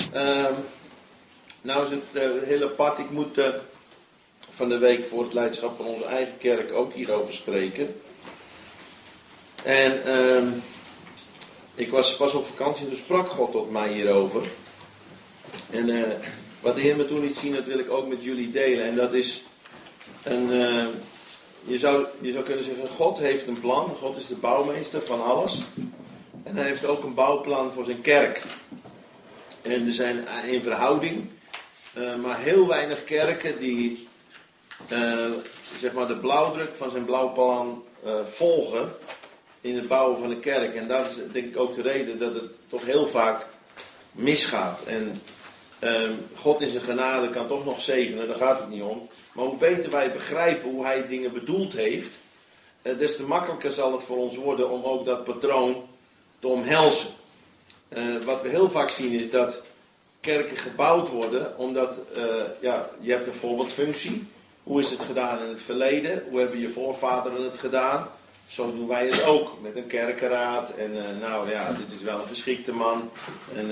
Nou is het heel apart. Ik moet van de week voor het leiderschap van onze eigen kerk ook hierover spreken. En ik was pas op vakantie en toen sprak God tot mij hierover. En wat de Heer me toen liet zien, dat wil ik ook met jullie delen. En dat is je zou kunnen zeggen, God heeft een plan. God is de bouwmeester van alles. En hij heeft ook een bouwplan voor zijn kerk. En er zijn in verhouding maar heel weinig kerken die zeg maar de blauwdruk van zijn blauwplan volgen in het bouwen van een kerk. En dat is denk ik ook de reden dat het toch heel vaak misgaat. En God in zijn genade kan toch nog zegenen, daar gaat het niet om. Maar hoe beter wij begrijpen hoe hij dingen bedoeld heeft, des te makkelijker zal het voor ons worden om ook dat patroon te omhelzen. Wat we heel vaak zien is dat kerken gebouwd worden omdat je hebt een voorbeeldfunctie. Hoe is het gedaan in het verleden? Hoe hebben je voorvaderen het gedaan? Zo doen wij het ook met een kerkenraad. En dit is wel een geschikte man. En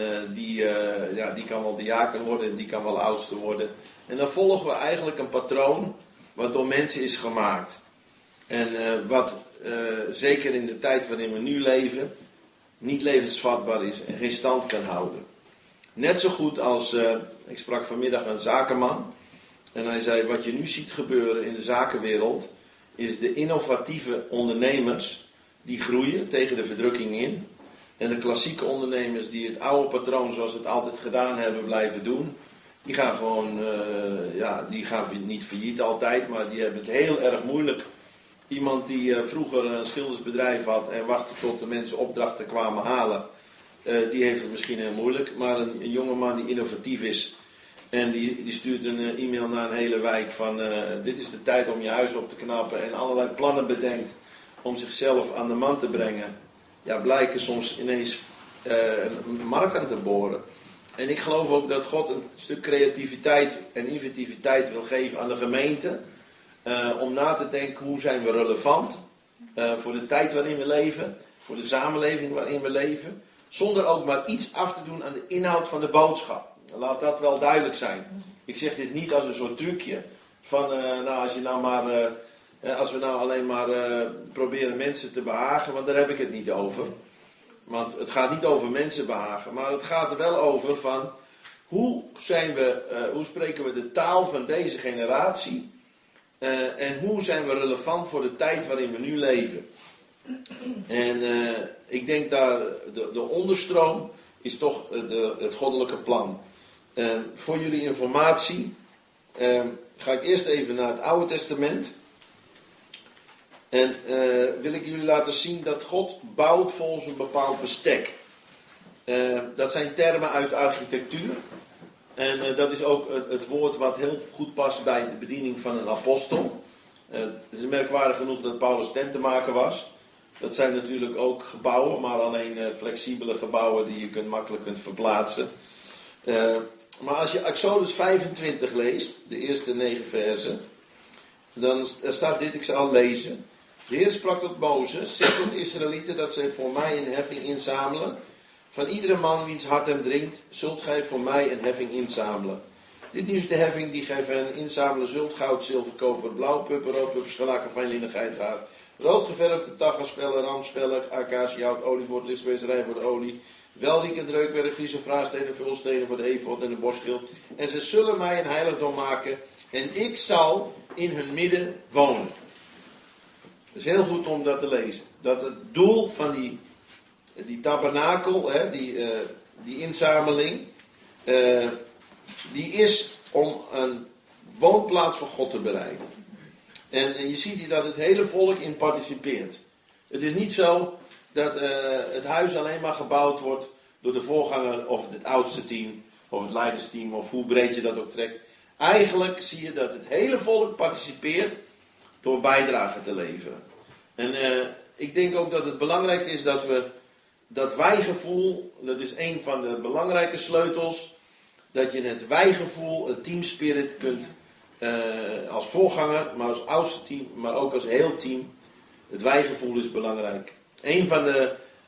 die kan wel diaken worden en die kan wel oudste worden. En dan volgen we eigenlijk een patroon wat door mensen is gemaakt. En wat zeker in de tijd waarin we nu leven niet levensvatbaar is en geen stand kan houden. Net zo goed als, ik sprak vanmiddag een zakenman. En hij zei, wat je nu ziet gebeuren in de zakenwereld, is de innovatieve ondernemers die groeien tegen de verdrukking in. En de klassieke ondernemers die het oude patroon zoals ze het altijd gedaan hebben blijven doen. Die gaan gewoon, die gaan niet failliet altijd, maar die hebben het heel erg moeilijk. Iemand die vroeger een schildersbedrijf had en wachtte tot de mensen opdrachten kwamen halen. Die heeft het misschien heel moeilijk. Maar een jongeman die innovatief is en die stuurt een e-mail naar een hele wijk van dit is de tijd om je huis op te knappen en allerlei plannen bedenkt om zichzelf aan de man te brengen. Ja, blijken soms ineens een markt aan te boren. En ik geloof ook dat God een stuk creativiteit en inventiviteit wil geven aan de gemeente. Om na te denken hoe zijn we relevant voor de tijd waarin we leven. Voor de samenleving waarin we leven. Zonder ook maar iets af te doen aan de inhoud van de boodschap. Laat dat wel duidelijk zijn. Ik zeg dit niet als een soort trucje. Van als we nou alleen maar proberen mensen te behagen. Want daar heb ik het niet over. Want het gaat niet over mensen behagen. Maar het gaat er wel over van hoe spreken we de taal van deze generatie. En hoe zijn we relevant voor de tijd waarin we nu leven. En ik denk daar de onderstroom is toch het goddelijke plan. Voor jullie informatie ga ik eerst even naar het Oude Testament. En wil ik jullie laten zien dat God bouwt volgens een bepaald bestek. Dat zijn termen uit architectuur. En dat is ook het woord wat heel goed past bij de bediening van een apostel. Het is merkwaardig genoeg dat Paulus tentemaker was. Dat zijn natuurlijk ook gebouwen, maar alleen flexibele gebouwen die je makkelijk kunt verplaatsen. Maar als je Exodus 25 leest, de eerste 9 versen, dan staat dit, ik zal lezen. De Heer sprak tot Mozes, zeg tot de Israëlieten dat zij voor mij een heffing inzamelen. Van iedere man wiens hart hem dringt, zult gij voor mij een heffing inzamelen. Dit is de heffing die gij van hen inzamelen zult: goud, zilver, koper, blauw, purper, rood, purper, scharlaken, fijnlinnen, geithaar, rood geverfde tagasvellen, ramsvellen, acaciahout, olie voor het licht, specerijen voor de olie, welriekend reukwerk, griezelfraastenen, vulstenen voor de efod en de borstschild. En ze zullen mij een heiligdom maken en ik zal in hun midden wonen. Het is heel goed om dat te lezen. Dat het doel van die tabernakel, die inzameling, die is om een woonplaats voor God te bereiden. En je ziet hier dat het hele volk in participeert. Het is niet zo dat het huis alleen maar gebouwd wordt door de voorganger of het oudste team of het leidersteam of hoe breed je dat ook trekt. Eigenlijk zie je dat het hele volk participeert door bijdrage te leveren. En ik denk ook dat het belangrijk is dat wij-gevoel, dat is een van de belangrijke sleutels, dat je het wij-gevoel, het teamspirit kunt als voorganger, maar als oudste team, maar ook als heel team. Het wij-gevoel is belangrijk. Een van de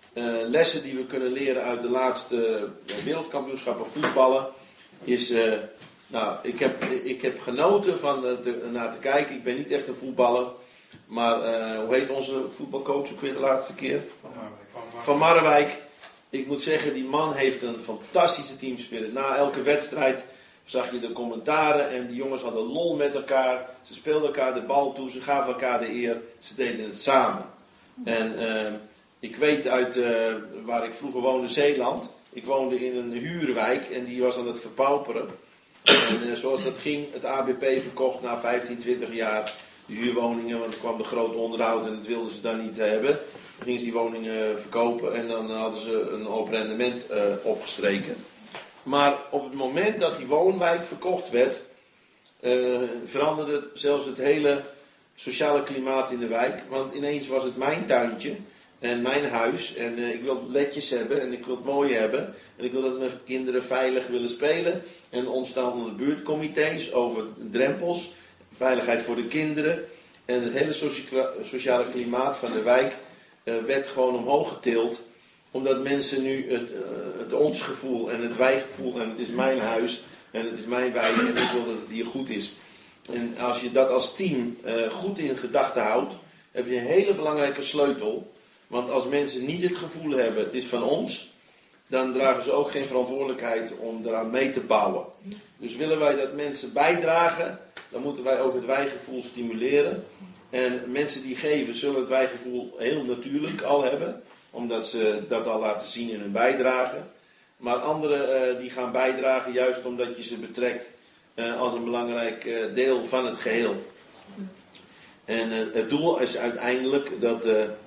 lessen die we kunnen leren uit de laatste wereldkampioenschappen voetballen is... ik heb genoten van naar te kijken. Ik ben niet echt een voetballer. Maar hoe heet onze voetbalcoach ook weer de laatste keer? Van Marwijk. Ik moet zeggen, die man heeft een fantastische teamspirit. Na elke wedstrijd zag je de commentaren en die jongens hadden lol met elkaar. Ze speelden elkaar de bal toe, ze gaven elkaar de eer. Ze deden het samen. En ik weet uit waar ik vroeger woonde, Zeeland. Ik woonde in een huurwijk en die was aan het verpauperen. En zoals dat ging, het ABP verkocht na 15, 20 jaar de huurwoningen. Want er kwam de groot onderhoud en dat wilden ze dan niet hebben. Dan gingen ze die woningen verkopen en dan hadden ze een hoop rendement opgestreken. Maar op het moment dat die woonwijk verkocht werd, veranderde zelfs het hele sociale klimaat in de wijk. Want ineens was het mijn tuintje en mijn huis. En ik wil ledjes hebben en ik wil het mooi hebben. En ik wil dat mijn kinderen veilig willen spelen. En ontstaan onder de buurtcomité's over drempels. Veiligheid voor de kinderen. En het hele sociale klimaat van de wijk werd gewoon omhoog getild. Omdat mensen nu het ons-gevoel en het wij-gevoel en het is mijn huis en het is mijn wijk en ik wil dat het hier goed is. En als je dat als team goed in gedachten houdt, heb je een hele belangrijke sleutel. Want als mensen niet het gevoel hebben, het is van ons, dan dragen ze ook geen verantwoordelijkheid om eraan mee te bouwen. Dus willen wij dat mensen bijdragen, dan moeten wij ook het wij-gevoel stimuleren. En mensen die geven, zullen het wij-gevoel heel natuurlijk al hebben, omdat ze dat al laten zien in hun bijdrage. Maar anderen die gaan bijdragen juist omdat je ze betrekt als een belangrijk deel van het geheel. En het doel is uiteindelijk dat...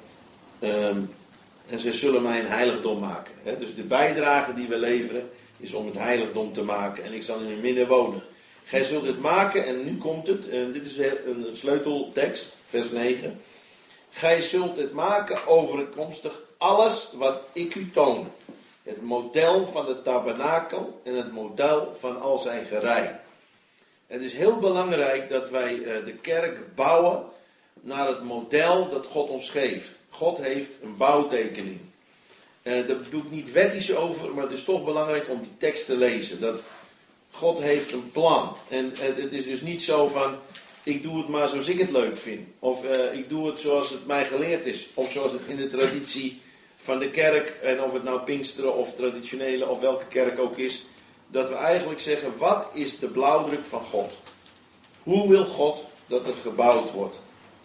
en ze zullen mij een heiligdom maken. Hè? Dus de bijdrage die we leveren is om het heiligdom te maken. En ik zal in hun midden wonen. Gij zult het maken, en nu komt het. En dit is een sleuteltekst, vers 9. Gij zult het maken overeenkomstig alles wat ik u toon. Het model van de tabernakel en het model van al zijn gerei. Het is heel belangrijk dat wij de kerk bouwen naar het model dat God ons geeft. God heeft een bouwtekening. Daar doe ik niet wettisch over, maar het is toch belangrijk om die tekst te lezen. Dat God heeft een plan. En het is dus niet zo van, ik doe het maar zoals ik het leuk vind. Of ik doe het zoals het mij geleerd is. Of zoals het in de traditie van de kerk, en of het nou Pinksteren of traditionele of welke kerk ook is. Dat we eigenlijk zeggen, wat is de blauwdruk van God? Hoe wil God dat het gebouwd wordt?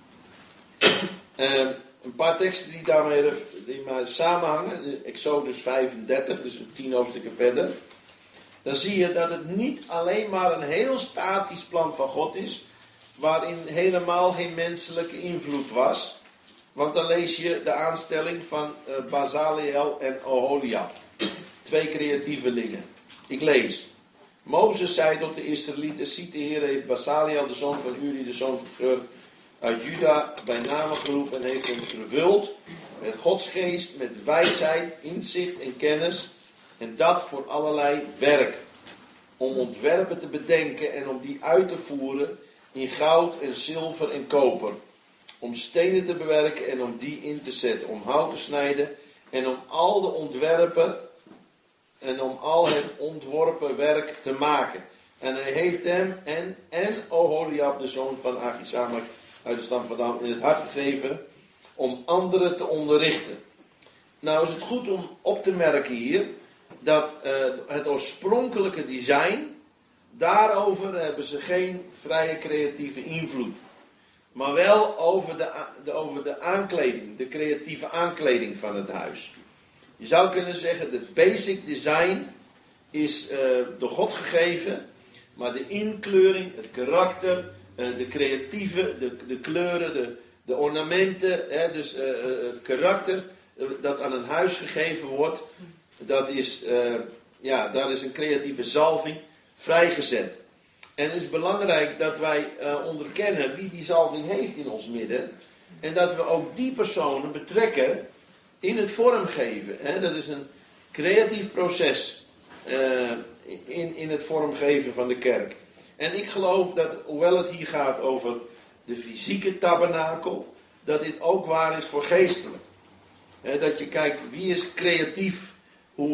Een paar teksten die daarmee maar samenhangen. Exodus 35, dus 10 hoofdstukken verder. Dan zie je dat het niet alleen maar een heel statisch plan van God is. Waarin helemaal geen menselijke invloed was. Want dan lees je de aanstelling van Bezaleel en Oholiab. 2 creatievelingen. Ik lees. Mozes zei tot de Israëlieten, ziet de Heer heeft Bezaleel, de zoon van Uri, de zoon van Hur, uit Juda bij name geroepen en heeft hem vervuld met Gods geest, met wijsheid, inzicht en kennis. En dat voor allerlei werk. Om ontwerpen te bedenken en om die uit te voeren in goud en zilver en koper. Om stenen te bewerken en om die in te zetten. Om hout te snijden en om al de ontwerpen en om al het ontworpen werk te maken. En hij heeft hem en Oholiab, de zoon van Achisamach, uit de stam van Dan, in het hart gegeven om anderen te onderrichten. Nou is het goed om op te merken hier dat het oorspronkelijke design, daarover hebben ze geen vrije creatieve invloed. Maar wel over de aankleding, de creatieve aankleding van het huis. Je zou kunnen zeggen, de basic design is door God gegeven, maar de inkleuring, het karakter, de creatieve, de kleuren, de ornamenten, dus het karakter dat aan een huis gegeven wordt, dat is, daar is een creatieve zalving vrijgezet. En het is belangrijk dat wij onderkennen wie die zalving heeft in ons midden. En dat we ook die personen betrekken in het vormgeven. Dat is een creatief proces in het vormgeven van de kerk. En ik geloof dat, hoewel het hier gaat over de fysieke tabernakel, dat dit ook waar is voor geestelijk. Dat je kijkt, wie is creatief, hoe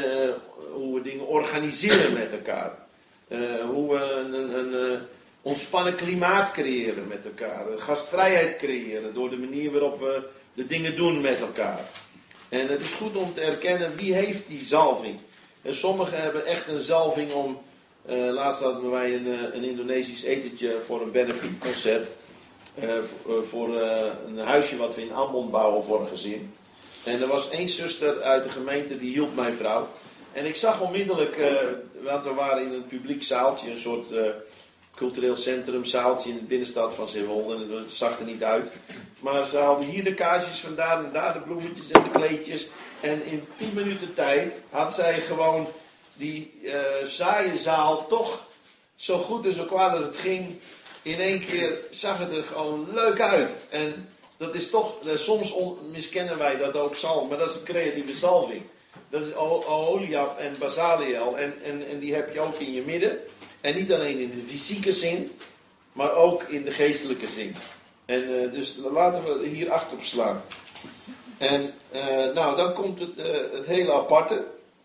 we dingen organiseren met elkaar. Hoe we een ontspannen klimaat creëren met elkaar. Gastvrijheid creëren door de manier waarop we de dingen doen met elkaar. En het is goed om te erkennen wie heeft die zalving. En sommigen hebben echt een zalving om... laatst hadden wij een Indonesisch etentje voor een benefietconcert. Voor een huisje wat we in Ambon bouwen voor een gezin. En er was één zuster uit de gemeente die hielp mijn vrouw. En ik zag onmiddellijk, want we waren in een publiek zaaltje, een soort cultureel centrum zaaltje in de binnenstad van Zeewolde. En het zag er niet uit. Maar ze haalden hier de kaarsjes vandaan en daar de bloemetjes en de kleedjes. En in 10 minuten tijd had zij gewoon die saaie zaal toch zo goed en zo kwaad als het ging. In één keer zag het er gewoon leuk uit. En dat is toch, soms miskennen wij dat ook zalm, maar dat is een creatieve zalving. Dat is Oholiab en Bezaliel en die heb je ook in je midden. En niet alleen in de fysieke zin, maar ook in de geestelijke zin. En dus laten we hier acht op slaan. En nou, dan komt het hele aparte.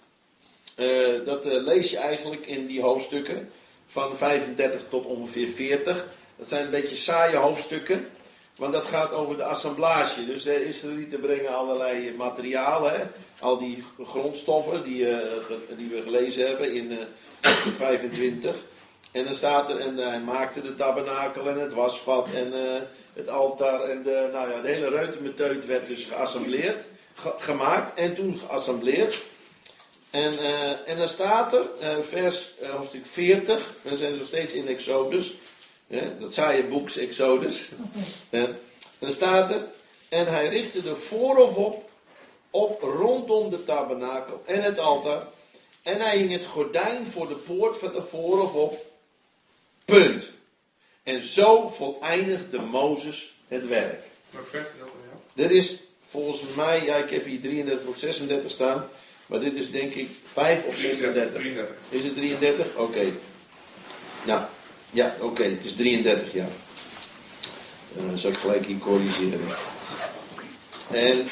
Dat lees je eigenlijk in die hoofdstukken van 35 tot ongeveer 40. Dat zijn een beetje saaie hoofdstukken. Want dat gaat over de assemblage. Dus de Israëlieten brengen allerlei materialen. Hè? Al die grondstoffen die we gelezen hebben in 25. En dan staat er, en hij maakte de tabernakel en het wasvat en het altaar. En de hele reutemeteut werd dus geassembleerd, gemaakt en toen geassembleerd. En dan staat er, hoofdstuk 40, we zijn nog steeds in Exodus. Dat saaie boek Exodus. En dan staat er, en hij richtte de voorhof op rondom de tabernakel en het altaar. En hij hing het gordijn voor de poort van de voorhof op. Punt. En zo voleindigde Mozes het werk. Welk vers is dat? Ja? Dit is volgens mij, ja, ik heb hier 33 of 36 staan. Maar dit is denk ik 5 of 36. 33. Is het 33? Oké. Nou, ja, oké, het is 33, ja. Dan zal ik gelijk hier corrigeren. En,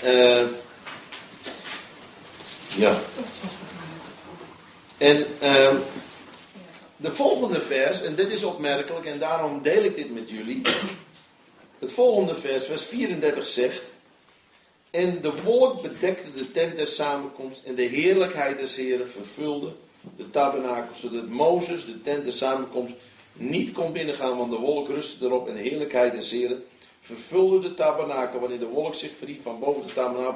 ja. En, de volgende vers, en dit is opmerkelijk en daarom deel ik dit met jullie. Het volgende vers, vers 34 zegt. En de wolk bedekte de tent der samenkomst en de heerlijkheid des Heren vervulde de tabernakel, zodat Mozes de tent der samenkomst niet kon binnengaan, want de wolk rustte erop en de heerlijkheid des Heren vervulde de tabernakel. Wanneer de wolk zich verhief van boven de tabernakel,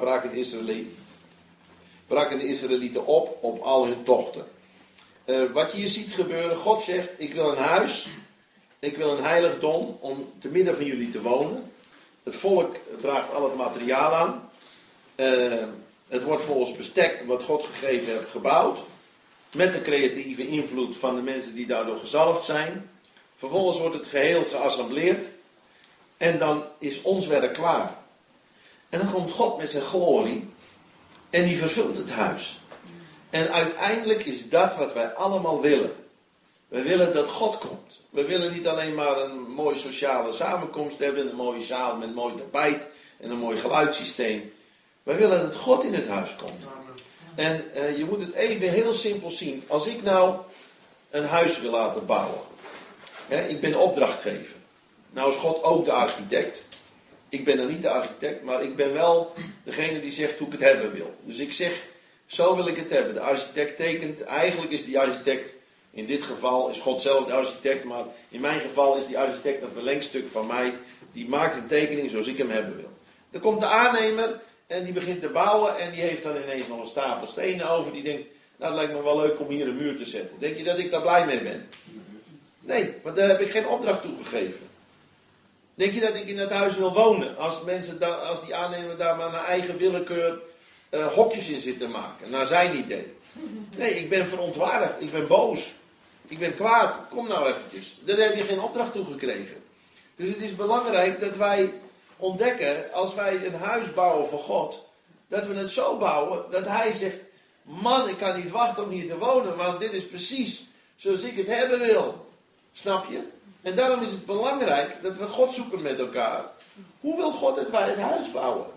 braken de Israëlieten op al hun tochten. Wat je hier ziet gebeuren, God zegt, ik wil een huis, ik wil een heiligdom om te midden van jullie te wonen. Het volk draagt al het materiaal aan. Het wordt volgens bestek wat God gegeven heeft gebouwd. Met de creatieve invloed van de mensen die daardoor gezalfd zijn. Vervolgens wordt het geheel geassembleerd. En dan is ons werk klaar. En dan komt God met zijn glorie. En die vervult het huis. En uiteindelijk is dat wat wij allemaal willen. We willen dat God komt. We willen niet alleen maar een mooie sociale samenkomst hebben. Een mooie zaal met een mooi tapijt. En een mooi geluidssysteem. Wij willen dat God in het huis komt. En je moet het even heel simpel zien. Als ik nou een huis wil laten bouwen. Ik ben opdrachtgever. Nou is God ook de architect. Ik ben dan niet de architect. Maar ik ben wel degene die zegt hoe ik het hebben wil. Dus ik zeg, zo wil ik het hebben. De architect tekent. Eigenlijk is die architect... In dit geval is God zelf de architect, maar in mijn geval is die architect een verlengstuk van mij. Die maakt een tekening zoals ik hem hebben wil. Dan komt de aannemer en die begint te bouwen en die heeft dan ineens nog een stapel stenen over. Die denkt, nou het lijkt me wel leuk om hier een muur te zetten. Denk je dat ik daar blij mee ben? Nee, want daar heb ik geen opdracht toe gegeven. Denk je dat ik in het huis wil wonen? Als die aannemer daar maar naar eigen willekeur hokjes in zit te maken. Naar zijn idee. Nee, ik ben verontwaardigd. Ik ben boos. Ik ben kwaad. Kom nou eventjes. Daar heb je geen opdracht toe gekregen. Dus het is belangrijk dat wij ontdekken, als wij een huis bouwen voor God, dat we het zo bouwen, dat Hij zegt, man, ik kan niet wachten om hier te wonen, want dit is precies zoals ik het hebben wil. Snap je? En daarom is het belangrijk dat we God zoeken met elkaar. Hoe wil God dat wij het huis bouwen?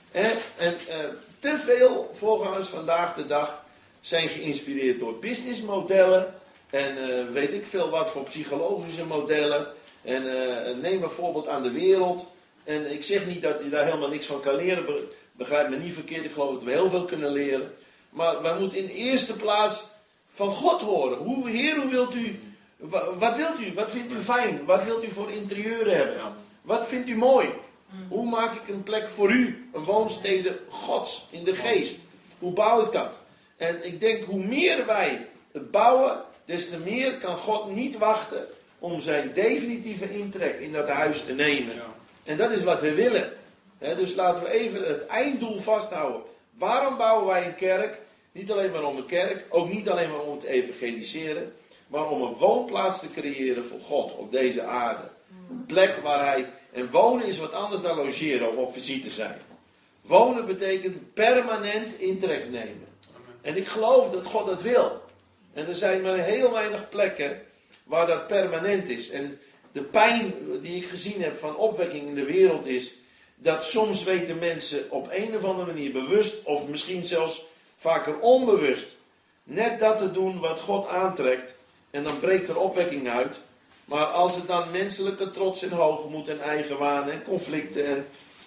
Te veel voorgangers vandaag de dag zijn geïnspireerd door businessmodellen. En weet ik veel wat voor psychologische modellen. En neem bijvoorbeeld aan de wereld. En ik zeg niet dat je daar helemaal niks van kan leren. Begrijp me niet verkeerd. Ik geloof dat we heel veel kunnen leren. Maar wij moeten in de eerste plaats van God horen. Heer, hoe wilt u? Wat wilt u? Wat vindt u fijn? Wat wilt u voor interieur hebben? Wat vindt u mooi? Hoe maak ik een plek voor u? Een woonstede Gods in de geest. Hoe bouw ik dat? En ik denk, hoe meer wij het bouwen, des te meer kan God niet wachten om zijn definitieve intrek in dat huis te nemen. En dat is wat we willen. Dus laten we even het einddoel vasthouden. Waarom bouwen wij een kerk? Niet alleen maar om een kerk, ook niet alleen maar om te evangeliseren, maar om een woonplaats te creëren voor God op deze aarde. Een plek waar hij... En wonen is wat anders dan logeren of op visite zijn. Wonen betekent permanent intrek nemen. En ik geloof dat God dat wil. En er zijn maar heel weinig plekken waar dat permanent is. En de pijn die ik gezien heb van opwekking in de wereld is dat soms weten mensen op een of andere manier bewust of misschien zelfs vaker onbewust net dat te doen wat God aantrekt. En dan breekt er opwekking uit. Maar als het dan menselijke trots en hoogmoed en eigenwaan en conflicten en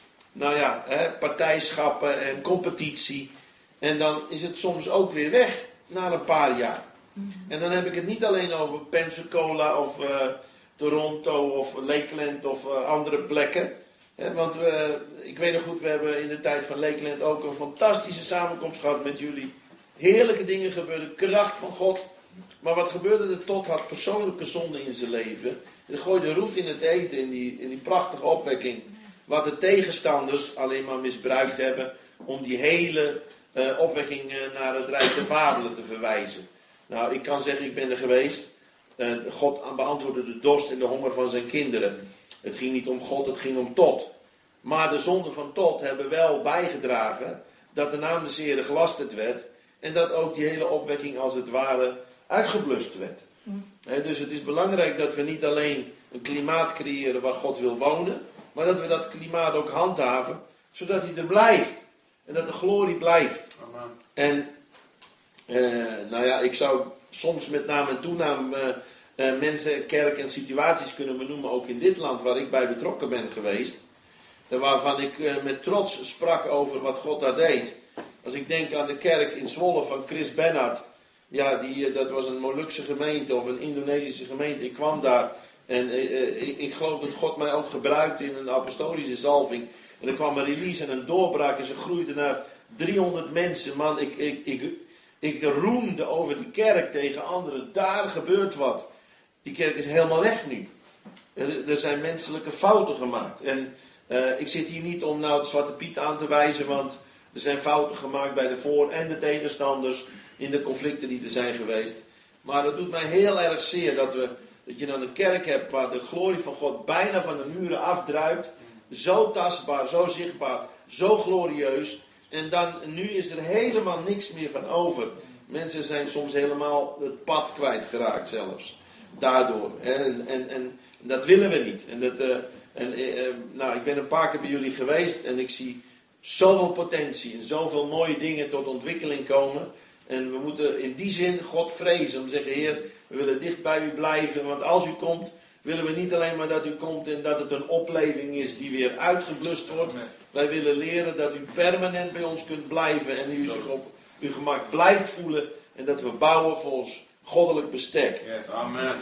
partijschappen en competitie. En dan is het soms ook weer weg na een paar jaar. En dan heb ik het niet alleen over Pensacola of Toronto of Lakeland of andere plekken. Want ik weet nog goed, we hebben in de tijd van Lakeland ook een fantastische samenkomst gehad met jullie. Heerlijke dingen gebeurden, kracht van God. Maar wat gebeurde er? Tot had persoonlijke zonde in zijn leven. Hij gooide roet in het eten, in die prachtige opwekking. Wat de tegenstanders alleen maar misbruikt hebben om die hele opwekking naar het Rijk der Fabelen te verwijzen. Nou, ik kan zeggen, ik ben er geweest. God beantwoordde de dorst en de honger van zijn kinderen. Het ging niet om God, het ging om Tot. Maar de zonden van Tot hebben wel bijgedragen dat de naam des Heren gelasterd werd. En dat ook die hele opwekking als het ware uitgeblust werd. Dus het is belangrijk dat we niet alleen een klimaat creëren waar God wil wonen. Maar dat we dat klimaat ook handhaven. Zodat hij er blijft. En dat de glorie blijft. Amen. En ik zou soms met naam en toenaam mensen, kerk en situaties kunnen benoemen. Ook in dit land waar ik bij betrokken ben geweest. Waarvan ik met trots sprak over wat God daar deed. Als ik denk aan de kerk in Zwolle van Chris Bernhard. Ja, dat was een Molukse gemeente of een Indonesische gemeente. Ik kwam daar en ik geloof dat God mij ook gebruikte in een apostolische zalving. En er kwam een release en een doorbraak en ze groeiden naar 300 mensen. Man, ik roemde over die kerk tegen anderen. Daar gebeurt wat. Die kerk is helemaal weg nu. Er zijn menselijke fouten gemaakt. En ik zit hier niet om nou de Zwarte Piet aan te wijzen, want er zijn fouten gemaakt bij de voor- en de tegenstanders in de conflicten die er zijn geweest. Maar het doet mij heel erg zeer dat je dan een kerk hebt waar de glorie van God bijna van de muren afdruipt. Zo tastbaar, zo zichtbaar, zo glorieus. En dan, nu is er helemaal niks meer van over. Mensen zijn soms helemaal het pad kwijtgeraakt zelfs. Daardoor. En dat willen we niet. Ik ben een paar keer bij jullie geweest en ik zie zoveel potentie en zoveel mooie dingen tot ontwikkeling komen. En we moeten in die zin God vrezen. Om te zeggen, Heer, we willen dicht bij u blijven. Want als u komt, willen we niet alleen maar dat u komt en dat het een opleving is die weer uitgeblust wordt. Nee. Wij willen leren dat u permanent bij ons kunt blijven en u zich op uw gemak blijft voelen. En dat we bouwen voor ons goddelijk bestek. Yes, amen.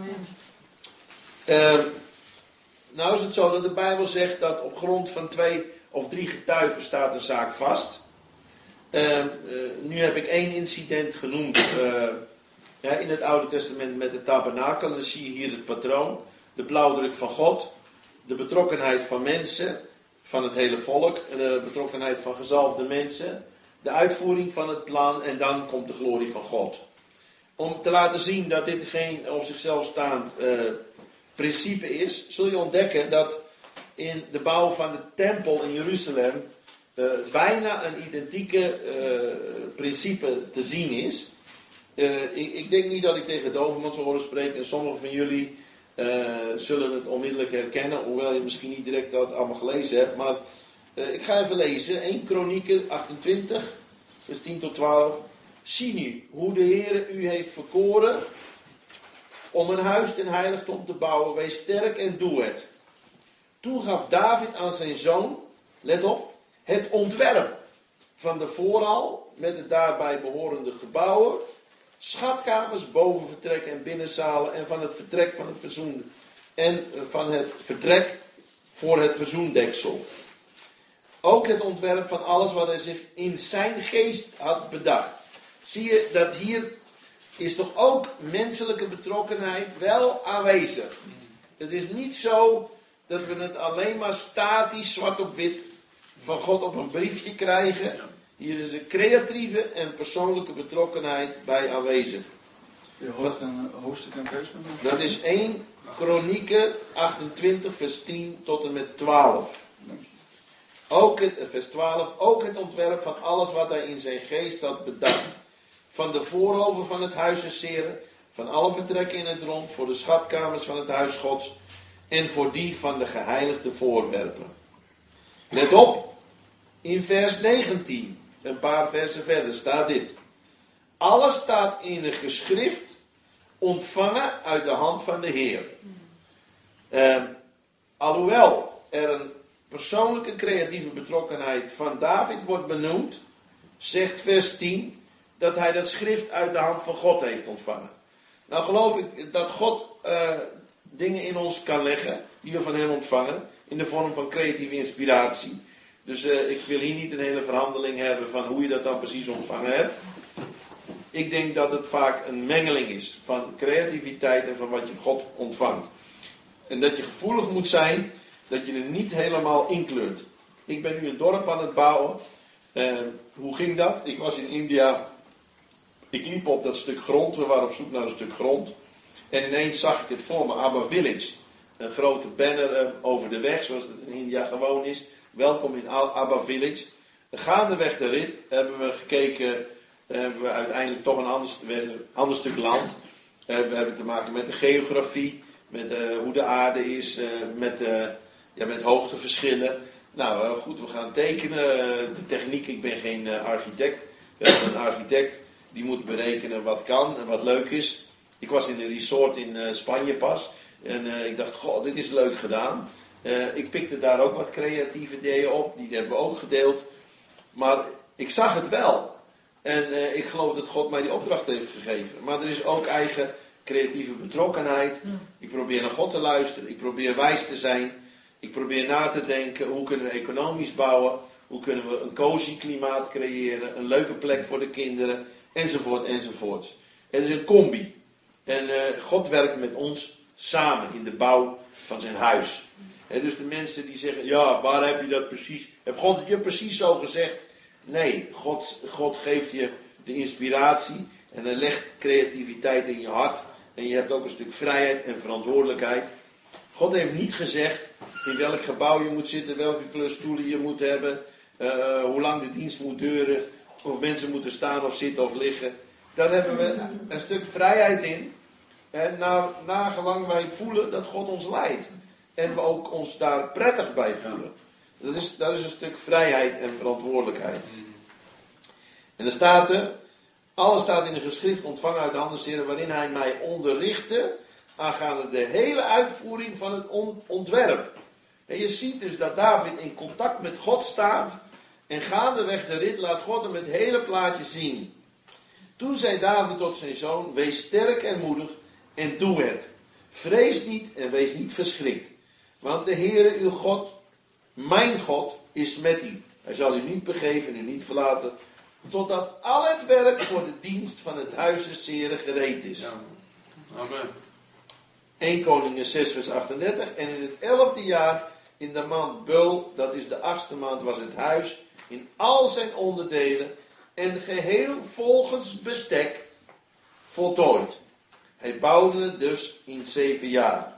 Nou is het zo dat de Bijbel zegt dat op grond van 2 of 3 getuigen staat een zaak vast. Nu heb ik 1 incident genoemd in het Oude Testament met de tabernakel. En dan zie je hier het patroon. De blauwdruk van God. De betrokkenheid van mensen. Van het hele volk. De betrokkenheid van gezalfde mensen. De uitvoering van het plan. En dan komt de glorie van God. Om te laten zien dat dit geen op zichzelf staand principe is. Zul je ontdekken dat in de bouw van de tempel in Jeruzalem bijna een identieke principe te zien is. Ik denk niet dat ik tegen de overmans horen spreken. En sommigen van jullie zullen het onmiddellijk herkennen. Hoewel je misschien niet direct dat allemaal gelezen hebt. Maar Ik ga even lezen. 1 Kronieken 28, vers 10 tot 12. Zie nu hoe de Heere u heeft verkoren om een huis ten heiligdom te bouwen. Wees sterk en doe het. Toen gaf David aan zijn zoon, let op, het ontwerp van de voorhal met de daarbij behorende gebouwen, schatkamers, bovenvertrekken en binnenzalen en van het vertrek van het verzoen en van het vertrek voor het verzoendeksel. Ook het ontwerp van alles wat hij zich in zijn geest had bedacht. Zie je dat hier is toch ook menselijke betrokkenheid wel aanwezig. Het is niet zo dat we het alleen maar statisch, zwart op wit, van God op een briefje krijgen. Hier is een creatieve en persoonlijke betrokkenheid bij aanwezig. Je hoofdstuk en vers? Dat is 1 Kronieken 28 vers 10 tot en met 12. Ook vers 12. Ook het ontwerp van alles wat hij in zijn geest had bedacht. Van de voorhoven van het huis des Heren, van alle vertrekken in het rond, voor de schatkamers van het huis Gods en voor die van de geheiligde voorwerpen. Let op, in vers 19, een paar versen verder, staat dit. Alles staat in een geschrift ontvangen uit de hand van de Heer. Alhoewel er een persoonlijke creatieve betrokkenheid van David wordt benoemd, zegt vers 10 dat hij dat schrift uit de hand van God heeft ontvangen. Nou geloof ik dat God dingen in ons kan leggen die we van hem ontvangen in de vorm van creatieve inspiratie. Dus ik wil hier niet een hele verhandeling hebben van hoe je dat dan precies ontvangen hebt. Ik denk dat het vaak een mengeling is van creativiteit en van wat je God ontvangt. En dat je gevoelig moet zijn dat je er niet helemaal inkleurt. Ik ben nu een dorp aan het bouwen. Hoe ging dat? Ik was in India. Ik liep op dat stuk grond. We waren op zoek naar een stuk grond. En ineens zag ik het voor me. Abba Village. Een grote banner over de weg. Zoals het in India gewoon is. Welkom in Abba Village. Gaandeweg de rit hebben we gekeken. Hebben we uiteindelijk toch een ander stuk land. We hebben te maken met de geografie. Met hoe de aarde is. Met hoogteverschillen. Nou goed, we gaan tekenen. De techniek, ik ben geen architect. We hebben een architect die moet berekenen wat kan en wat leuk is. Ik was in een resort in Spanje pas. En ik dacht, goh, dit is leuk gedaan. Ik pikte daar ook wat creatieve ideeën op. Die hebben we ook gedeeld. Maar ik zag het wel. En ik geloof dat God mij die opdracht heeft gegeven. Maar er is ook eigen creatieve betrokkenheid. Ik probeer naar God te luisteren. Ik probeer wijs te zijn. Ik probeer na te denken, hoe kunnen we economisch bouwen? Hoe kunnen we een cozy klimaat creëren? Een leuke plek voor de kinderen? Enzovoort, enzovoort. Het is een combi. En God werkt met ons samen in de bouw van zijn huis. Dus de mensen die zeggen, ja, waar heb je dat precies? Heb God het je precies zo gezegd? Nee, God geeft je de inspiratie. En hij legt creativiteit in je hart. En je hebt ook een stuk vrijheid en verantwoordelijkheid. God heeft niet gezegd in welk gebouw je moet zitten, welke kleur stoelen je moet hebben, hoe lang de dienst moet duren, of mensen moeten staan of zitten of liggen. Daar hebben we een stuk vrijheid in. Nagelang wij voelen dat God ons leidt. En we ook ons daar prettig bij voelen. Dat is een stuk vrijheid en verantwoordelijkheid. En er staat alles staat in de geschrift ontvangen uit de handen des Heren, waarin hij mij onderrichtte aangaande de hele uitvoering van het ontwerp. En je ziet dus dat David in contact met God staat. En gaandeweg de rit laat God hem het hele plaatje zien. Toen zei David tot zijn zoon, wees sterk en moedig en doe het. Vrees niet en wees niet verschrikt. Want de Heere uw God, mijn God, is met u. Hij zal u niet begeven en u niet verlaten. Totdat al het werk voor de dienst van het huis des Heren gereed is. Amen. 1 Koningen 6 vers 38. En in het 11e jaar in de maand Bul, dat is de 8e maand, was het huis in al zijn onderdelen en geheel volgens bestek voltooid. Hij bouwde het dus in 7 jaar.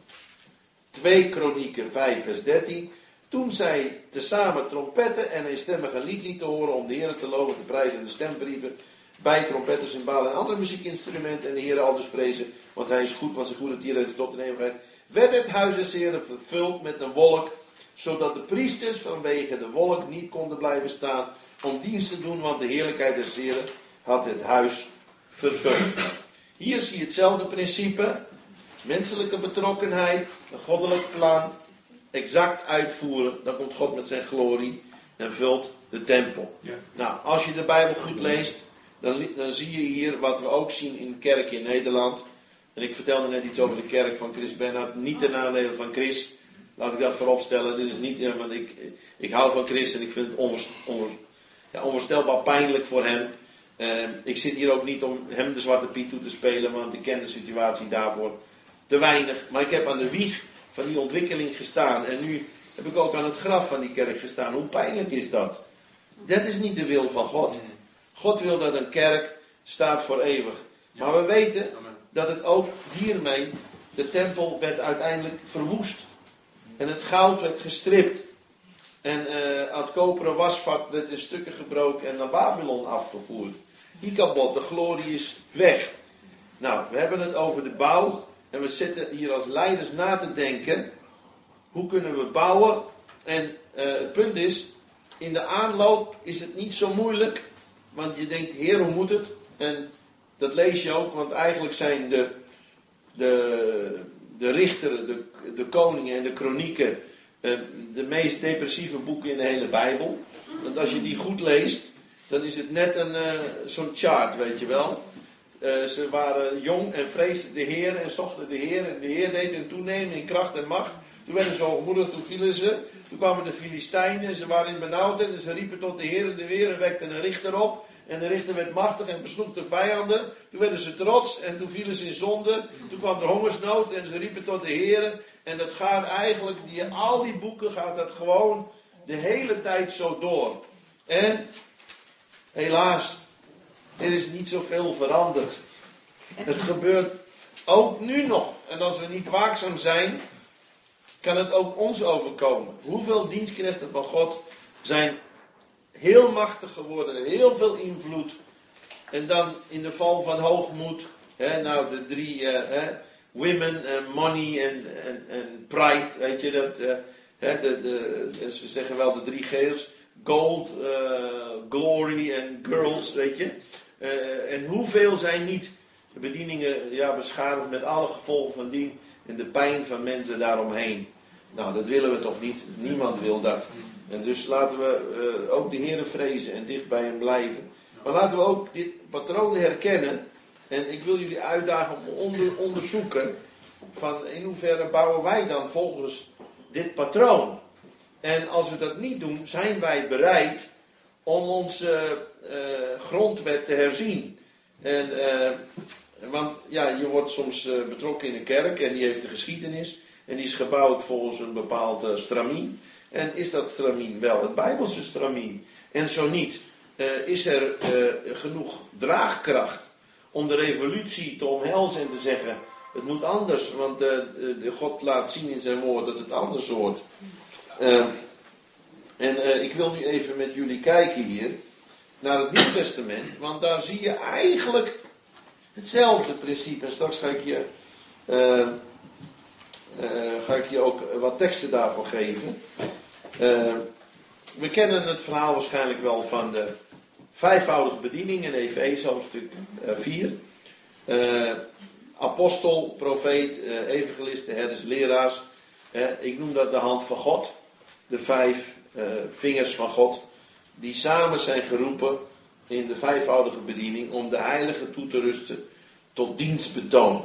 2 Kronieken 5 vers 13. Toen zij tezamen trompetten en een stemmige lied lieten horen om de Heer te loven, te prijzen en de stembrieven bij trompetten, cymbalen en andere muziekinstrumenten en de Heer aldus prezen, want hij is goed, want zijn goede dieren is tot in eeuwigheid, werd het huis des Heren vervuld met een wolk, zodat de priesters vanwege de wolk niet konden blijven staan om dienst te doen, want de heerlijkheid des Heren had het huis vervuld. Hier zie je hetzelfde principe, menselijke betrokkenheid, een goddelijk plan, exact uitvoeren, dan komt God met zijn glorie en vult de tempel. Ja. Nou, als je de Bijbel goed leest, dan zie je hier wat we ook zien in de kerk in Nederland. En ik vertelde net iets over de kerk van Chris Bernhard, niet ten nadele van Chris. Laat ik dat voorop stellen. Dit is niet, want ik hou van Chris en ik vind het onvoorstelbaar pijnlijk voor hem. Ik zit hier ook niet om hem de zwarte piet toe te spelen, want ik ken de situatie daarvoor te weinig. Maar ik heb aan de wieg van die ontwikkeling gestaan. En nu heb ik ook aan het graf van die kerk gestaan. Hoe pijnlijk is dat? Dat is niet de wil van God. God wil dat een kerk staat voor eeuwig. Maar we weten dat het ook hiermee, de tempel werd uiteindelijk verwoest. En het goud werd gestript. En het koperen wasvat werd in stukken gebroken en naar Babylon afgevoerd. Ikabod, de glorie is weg. Nou, we hebben het over de bouw. En we zitten hier als leiders na te denken. Hoe kunnen we bouwen? En het punt is, in de aanloop is het niet zo moeilijk. Want je denkt, Heer, hoe moet het? En dat lees je ook, want eigenlijk zijn de richteren, de koningen en de kronieken de meest depressieve boeken in de hele Bijbel. Want als je die goed leest, dan is het net zo'n chart, weet je wel. Ze waren jong en vreesden de Heer en zochten de Heer. En de Heer deed hen toenemen in kracht en macht. Toen werden ze hoogmoedig, toen vielen ze. Toen kwamen de Filistijnen, ze waren in benauwdheid en ze riepen tot de Heer en de Heer en wekten een richter op. En de richter werd machtig en versloeg de vijanden. Toen werden ze trots en toen vielen ze in zonde. Toen kwam er hongersnood en ze riepen tot de Heer. En dat gaat eigenlijk, al die boeken gaat dat gewoon de hele tijd zo door. En helaas, er is niet zoveel veranderd. Het gebeurt ook nu nog. En als we niet waakzaam zijn, kan het ook ons overkomen. Hoeveel dienstknechten van God zijn heel machtig geworden, heel veel invloed. En dan in de val van hoogmoed, nou de drie, women, money en pride, weet je dat. Ze zeggen wel de drie G's, gold, glory en girls, weet je. En hoeveel zijn niet de bedieningen beschadigd met alle gevolgen van dien en de pijn van mensen daaromheen. Nou, dat willen we toch niet. Niemand wil dat. En dus laten we ook de Heere vrezen en dicht bij hem blijven. Maar laten we ook dit patroon herkennen. En ik wil jullie uitdagen om onderzoeken van in hoeverre bouwen wij dan volgens dit patroon. En als we dat niet doen, zijn wij bereid om onze grondwet te herzien. En, want ja, je wordt soms betrokken in een kerk en die heeft de geschiedenis. En die is gebouwd volgens een bepaald stramien. En is dat stramien wel het Bijbelse stramien? En zo niet, is er genoeg draagkracht om de revolutie te omhelzen en te zeggen, het moet anders, want God laat zien in zijn woord dat het anders wordt. Ik wil nu even met jullie kijken hier naar het Nieuw Testament, want daar zie je eigenlijk hetzelfde principe. En straks ga ik je ook wat teksten daarvoor geven. We kennen het verhaal waarschijnlijk wel van de vijfvoudige bediening in Efeze, hoofdstuk 4. Apostel, profeet, evangelisten, herders, leraars. Ik noem dat de hand van God. De 5 vingers van God. Die samen zijn geroepen in de vijfvoudige bediening om de heilige toe te rusten tot dienstbetoon.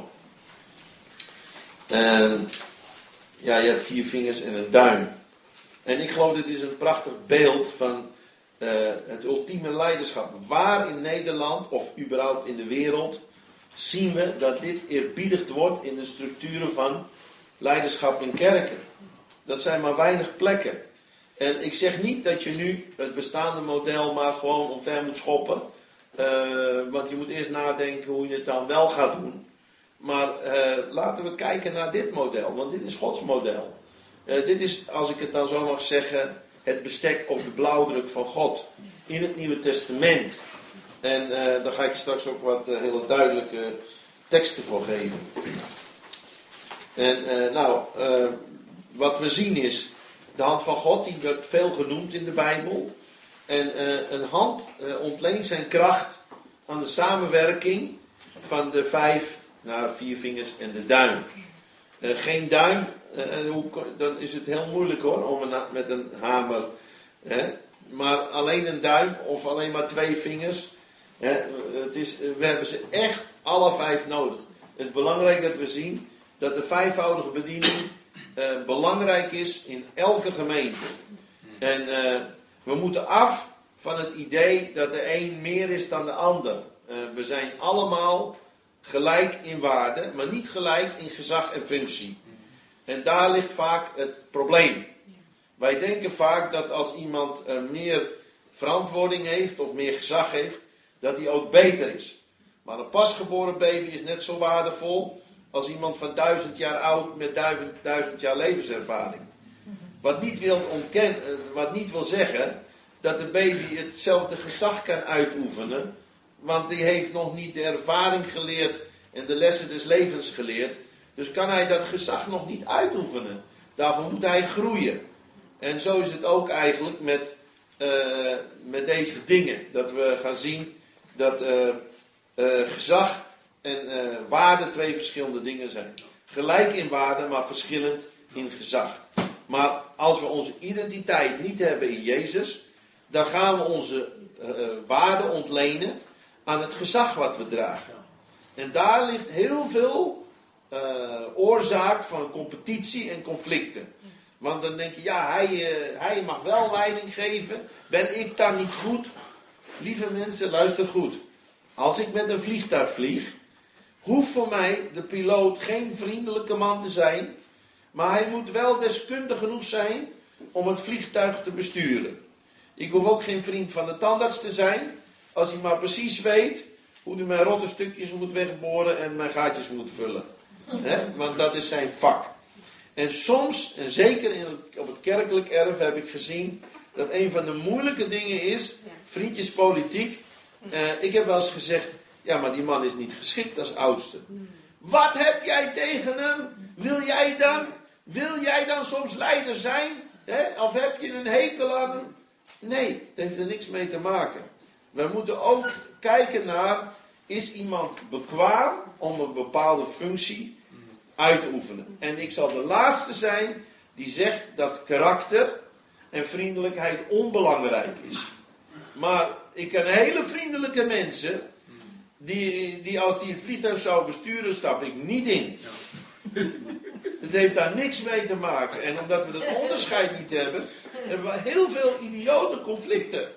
Je hebt 4 vingers en een duim. En ik geloof dit is een prachtig beeld van het ultieme leiderschap. Waar in Nederland of überhaupt in de wereld zien we dat dit eerbiedigd wordt in de structuren van leiderschap in kerken. Dat zijn maar weinig plekken. En ik zeg niet dat je nu het bestaande model maar gewoon omver moet schoppen. Want je moet eerst nadenken hoe je het dan wel gaat doen. Maar laten we kijken naar dit model, want dit is Gods model. Dit is, als ik het dan zo mag zeggen, het bestek of de blauwdruk van God in het Nieuwe Testament. En daar ga ik je straks ook wat hele duidelijke teksten voor geven. En wat we zien is De hand van God, die wordt veel genoemd in de Bijbel. En een hand ontleent zijn kracht aan de samenwerking van de 4 vingers en de duim. Geen duim, dan is het heel moeilijk hoor, met een hamer. Maar alleen een duim of alleen maar 2 vingers. We hebben ze echt alle 5 nodig. Het is belangrijk dat we zien dat de 5voudige bediening belangrijk is in elke gemeente. En we moeten af van het idee dat de een meer is dan de ander. We zijn allemaal gelijk in waarde, maar niet gelijk in gezag en functie. En daar ligt vaak het probleem. Wij denken vaak dat als iemand meer verantwoording heeft of meer gezag heeft, dat hij ook beter is. Maar een pasgeboren baby is net zo waardevol als iemand van 1000 jaar oud met 1000 jaar levenservaring. Wat niet wil zeggen dat de baby hetzelfde gezag kan uitoefenen, want die heeft nog niet de ervaring geleerd en de lessen des levens geleerd. Dus kan hij dat gezag nog niet uitoefenen. Daarvoor moet hij groeien. En zo is het ook eigenlijk met deze dingen. Dat we gaan zien dat gezag en waarde 2 verschillende dingen zijn. Gelijk in waarde, maar verschillend in gezag. Maar als we onze identiteit niet hebben in Jezus, dan gaan we onze waarde ontlenen aan het gezag wat we dragen. En daar ligt heel veel oorzaak van competitie en conflicten. Want dan denk je, ja, hij mag wel leiding geven. Ben ik dan niet goed? Lieve mensen, luister goed. Als ik met een vliegtuig vlieg, hoeft voor mij de piloot geen vriendelijke man te zijn. Maar hij moet wel deskundig genoeg zijn om het vliegtuig te besturen. Ik hoef ook geen vriend van de tandarts te zijn. Als hij maar precies weet hoe hij mijn rotte stukjes moet wegboren en mijn gaatjes moet vullen. Want dat is zijn vak. En soms, en zeker op het kerkelijk erf heb ik gezien, dat een van de moeilijke dingen is, vriendjespolitiek. Ik heb wel eens gezegd, ja, maar die man is niet geschikt als oudste. Wat heb jij tegen hem? Wil jij dan soms leider zijn? Of heb je een hekel aan hem? Nee, dat heeft er niks mee te maken. We moeten ook kijken naar, is iemand bekwaam om een bepaalde functie uit te oefenen? En ik zal de laatste zijn die zegt dat karakter en vriendelijkheid onbelangrijk is. Maar ik ken hele vriendelijke mensen, die als die het vliegtuig zou besturen, stap ik niet in. Het heeft daar niks mee te maken. En omdat we dat onderscheid niet hebben, hebben we heel veel idiote conflicten.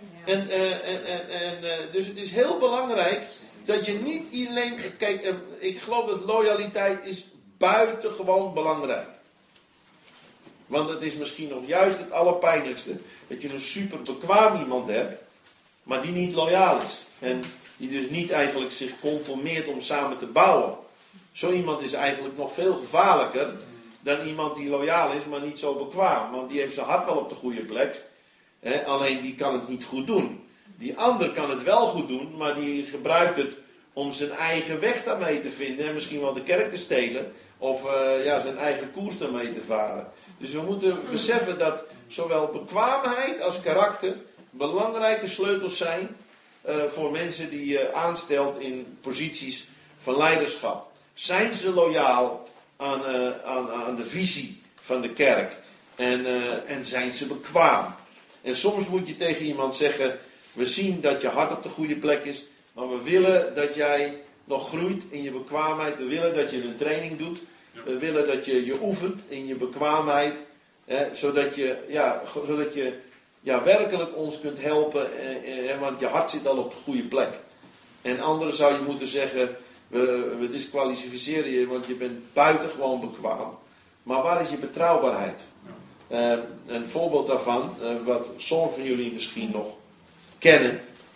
Dus het is heel belangrijk dat je niet alleen... Kijk, ik geloof dat loyaliteit is buitengewoon belangrijk. Want het is misschien nog juist het allerpijnlijkste. Dat je een super bekwaam iemand hebt, maar die niet loyaal is. En die dus niet eigenlijk zich conformeert om samen te bouwen. Zo iemand is eigenlijk nog veel gevaarlijker dan iemand die loyaal is, maar niet zo bekwaam. Want die heeft zijn hart wel op de goede plek. Alleen die kan het niet goed doen. Die ander kan het wel goed doen, maar die gebruikt het om zijn eigen weg daarmee te vinden. En misschien wel de kerk te stelen. Of zijn eigen koers daarmee te varen. Dus we moeten beseffen dat zowel bekwaamheid als karakter belangrijke sleutels zijn voor mensen die je aanstelt in posities van leiderschap. Zijn ze loyaal aan de visie van de kerk? En zijn ze bekwaam? En soms moet je tegen iemand zeggen, we zien dat je hart op de goede plek is, maar we willen dat jij nog groeit in je bekwaamheid. We willen dat je een training doet. We willen dat je oefent in je bekwaamheid. Zodat je werkelijk ons kunt helpen. Want je hart zit al op de goede plek. En anderen zou je moeten zeggen, we disqualificeren je, want je bent buitengewoon bekwaam. Maar waar is je betrouwbaarheid? Een voorbeeld daarvan, wat sommigen van jullie misschien nog kennen.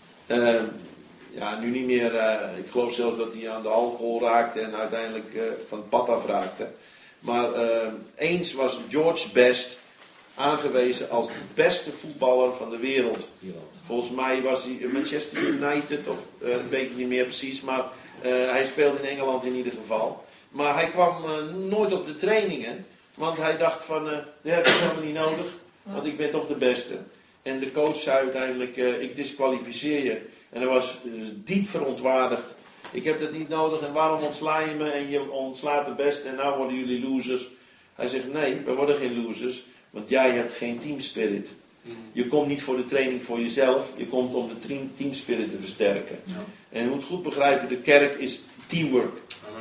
Nu niet meer, ik geloof zelfs dat hij aan de alcohol raakte en uiteindelijk van het pad af raakte. Maar eens was George Best aangewezen als de beste voetballer van de wereld. Volgens mij was hij Manchester United, of weet ik niet meer precies, maar hij speelde in Engeland in ieder geval. Maar hij kwam nooit op de trainingen, Want hij dacht van, dat heb ik helemaal niet nodig. Want ik ben toch de beste. En de coach zei uiteindelijk, ik disqualificeer je. En hij was diep verontwaardigd. Ik heb dat niet nodig en waarom ontsla je me en je ontslaat de beste en nou worden jullie losers. Hij zegt, nee, we worden geen losers. Want jij hebt geen teamspirit. Je komt niet voor de training voor jezelf. Je komt om de teamspirit te versterken. Ja. En je moet goed begrijpen, de kerk is teamwork.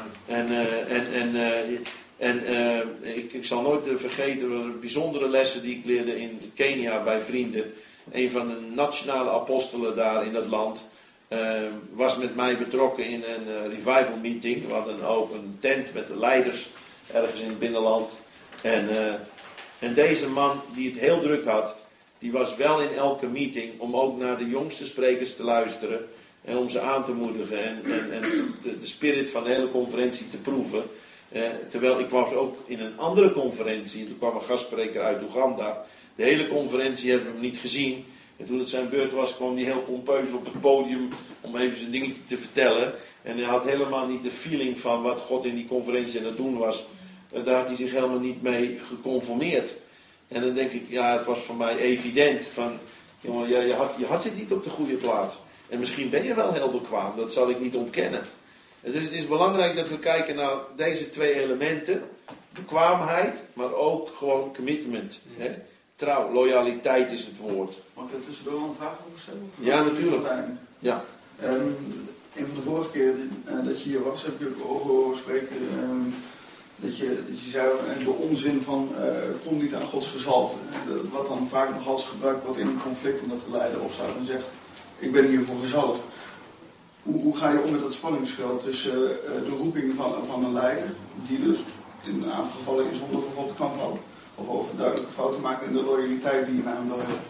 Ik zal nooit vergeten de bijzondere lessen die ik leerde in Kenia bij vrienden. Een van de nationale apostelen daar in dat land was met mij betrokken in een revival meeting. We hadden ook een tent met de leiders ergens in het binnenland. En deze man die het heel druk had, die was wel in elke meeting om ook naar de jongste sprekers te luisteren. En om ze aan te moedigen en de spirit van de hele conferentie te proeven. Terwijl ik was ook in een andere conferentie. Toen kwam een gastspreker uit Oeganda. De hele conferentie hebben we hem niet gezien. En toen het zijn beurt was, kwam hij heel pompeus op het podium om even zijn dingetje te vertellen. En hij had helemaal niet de feeling van wat God in die conferentie aan het doen was. Daar had hij zich helemaal niet mee geconformeerd. En dan denk ik, ja, het was voor mij evident van, jongen, je had zit niet op de goede plaats. En misschien ben je wel heel bekwaam, dat zal ik niet ontkennen. En dus het is belangrijk dat we kijken naar deze twee elementen. Bekwaamheid, maar ook gewoon commitment. Hè? Trouw, loyaliteit is het woord. Mag ik er tussendoor een vraag over stellen? Ja, natuurlijk. Ja. Een van de vorige keer dat je hier was, heb ik ook horen spreken. Dat je zei, de onzin van kom niet aan Gods gezalfde. Wat dan vaak nog als gebruikt wordt in een conflict, omdat de leider opstaat en zegt, ik ben hiervoor gezalfd. Hoe ga je om met dat spanningsveld tussen de roeping van een leider, die dus in een aantal gevallen in zonde bijvoorbeeld kan vallen, of over duidelijke fouten maken en de loyaliteit die je naar hem wil hebben?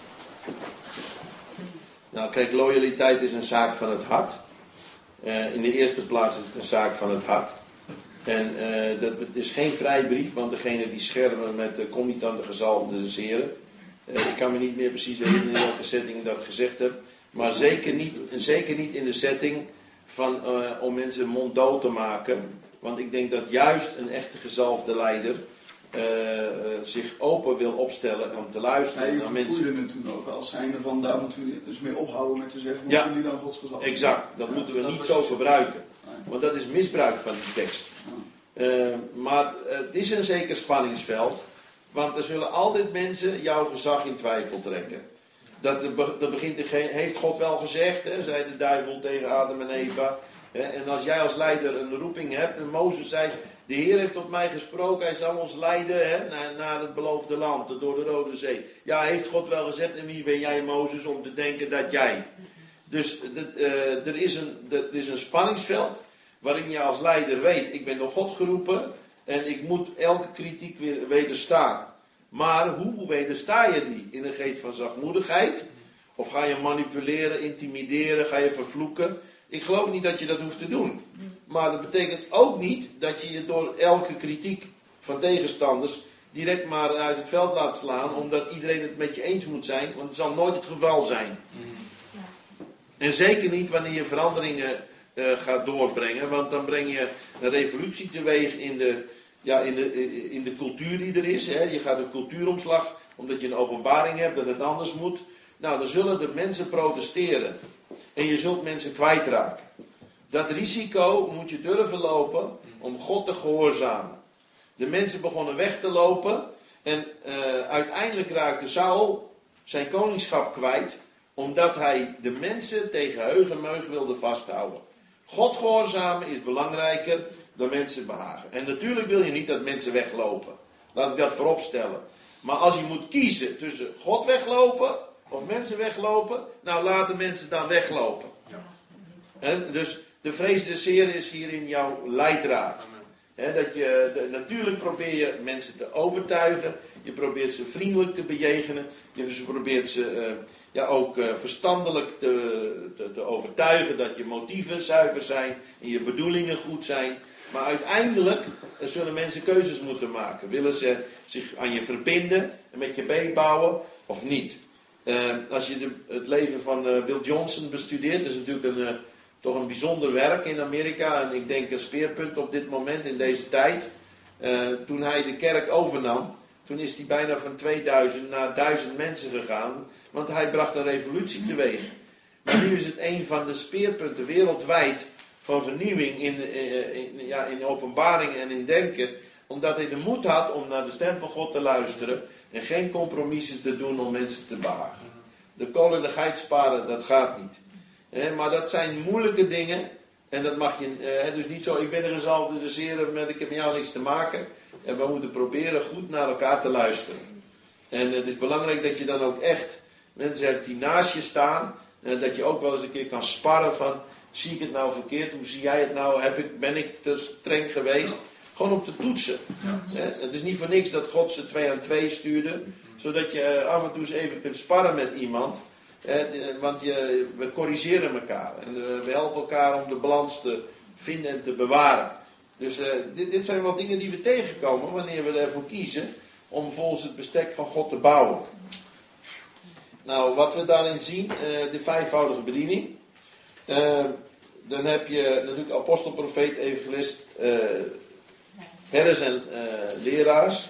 Nou kijk, loyaliteit is een zaak van het hart. In de eerste plaats is het een zaak van het hart. En dat is geen vrijbrief, want degene die schermen met kom niet aan de gezalfde zeren. Ik kan me niet meer precies herinneren in welke setting ik dat gezegd heb. Maar zeker niet in de setting van, om mensen monddood te maken. Want ik denk dat juist een echte gezalfde leider zich open wil opstellen om te luisteren naar mensen. Je vervoerde het toen ook als zijnde van, daar moeten we dus mee ophouden met te zeggen, moeten jullie dan Gods gezalfde? Exact, dat moeten we niet zo gebruiken. Want dat is misbruik van die tekst. Maar het is een zeker spanningsveld. Want er zullen altijd mensen jouw gezag in twijfel trekken. Dat begint, heeft God wel gezegd, hè, zei de duivel tegen Adam en Eva. En als jij als leider een roeping hebt, en Mozes zei, de Heer heeft tot mij gesproken, hij zal ons leiden naar het beloofde land, door de Rode Zee. Ja, heeft God wel gezegd, en wie ben jij Mozes om te denken dat jij? Dus er is een spanningsveld, waarin je als leider weet, ik ben door God geroepen, en ik moet elke kritiek weer wederstaan. Maar hoe wedersta je die? In een geest van zachtmoedigheid? Of ga je manipuleren, intimideren, ga je vervloeken? Ik geloof niet dat je dat hoeft te doen. Maar dat betekent ook niet dat je je door elke kritiek van tegenstanders direct maar uit het veld laat slaan, omdat iedereen het met je eens moet zijn, want het zal nooit het geval zijn. En zeker niet wanneer je veranderingen gaat doorbrengen, want dan breng je een revolutie teweeg in de cultuur die er is. Hè. Je gaat een cultuuromslag, omdat je een openbaring hebt dat het anders moet. Nou, dan zullen de mensen protesteren. En je zult mensen kwijtraken. Dat risico moet je durven lopen om God te gehoorzamen. De mensen begonnen weg te lopen. En uiteindelijk raakte Saul zijn koningschap kwijt. Omdat hij de mensen tegen heug en meug wilde vasthouden. God gehoorzamen is belangrijker dan mensen behagen. En natuurlijk wil je niet dat mensen weglopen. Laat ik dat voorop stellen. Maar als je moet kiezen tussen God weglopen of mensen weglopen, nou laten mensen dan weglopen. Ja. Dus de vrees des Heren is hierin jouw leidraad. Natuurlijk probeer je mensen te overtuigen. Je probeert ze vriendelijk te bejegenen. Je probeert ze ook verstandelijk te overtuigen dat je motieven zuiver zijn en je bedoelingen goed zijn. Maar uiteindelijk zullen mensen keuzes moeten maken. Willen ze zich aan je verbinden en met je meebouwen of niet? Als je het leven van Bill Johnson bestudeert, dat is natuurlijk toch een bijzonder werk in Amerika. En ik denk een speerpunt op dit moment in deze tijd. Toen hij de kerk overnam, toen is hij bijna van 2000 naar 1000 mensen gegaan. Want hij bracht een revolutie teweeg. Maar nu is het een van de speerpunten wereldwijd van vernieuwing in openbaring en in denken. Omdat hij de moed had om naar de stem van God te luisteren. En geen compromissen te doen om mensen te behagen. De kolen en de geit sparen, dat gaat niet. Maar dat zijn moeilijke dingen. En dat mag je dus niet zo, ik ben een gezalfde doseren, maar ik heb met jou niks te maken. En we moeten proberen goed naar elkaar te luisteren. En het is belangrijk dat je dan ook echt mensen hebt die naast je staan. En dat je ook wel eens een keer kan sparren van, zie ik het nou verkeerd? Hoe zie jij het nou? Ben ik te streng geweest? Gewoon om te toetsen. Het is niet voor niks dat God ze 2 aan 2 stuurde. Zodat je af en toe eens even kunt sparren met iemand. Want we corrigeren elkaar. En we helpen elkaar om de balans te vinden en te bewaren. Dus dit zijn wel dingen die we tegenkomen wanneer we ervoor kiezen om volgens het bestek van God te bouwen. Nou, wat we daarin zien, de 5voudige bediening. Dan heb je natuurlijk apostel, profeet, evangelist, herders en leraars.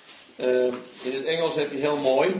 In het Engels heb je heel mooi.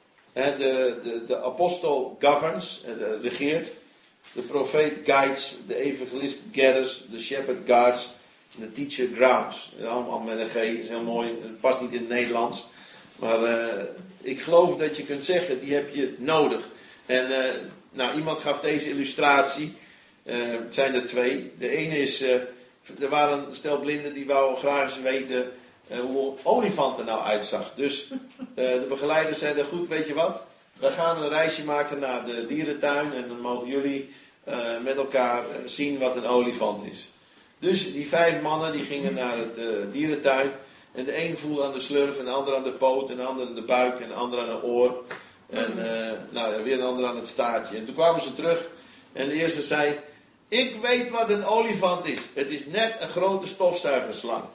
De apostel governs, regeert. De profeet guides. De evangelist gathers. De shepherd guards. En de teacher grounds. Allemaal met een G, is heel mooi. Het past niet in het Nederlands. Maar ik geloof dat je kunt zeggen, die heb je nodig. En iemand gaf deze illustratie. Het zijn er 2. De ene is, er waren een stel blinden die wouden graag eens weten hoe een olifant er nou uitzag. Dus de begeleiders zeiden, goed, weet je wat? We gaan een reisje maken naar de dierentuin en dan mogen jullie met elkaar zien wat een olifant is. Dus die 5 mannen die gingen naar de dierentuin. En de een voelde aan de slurf, en de ander aan de poot, en de ander aan de buik, en de ander aan het oor. En weer een ander aan het staartje. En toen kwamen ze terug en de eerste zei, ik weet wat een olifant is. Het is net een grote stofzuigerslang.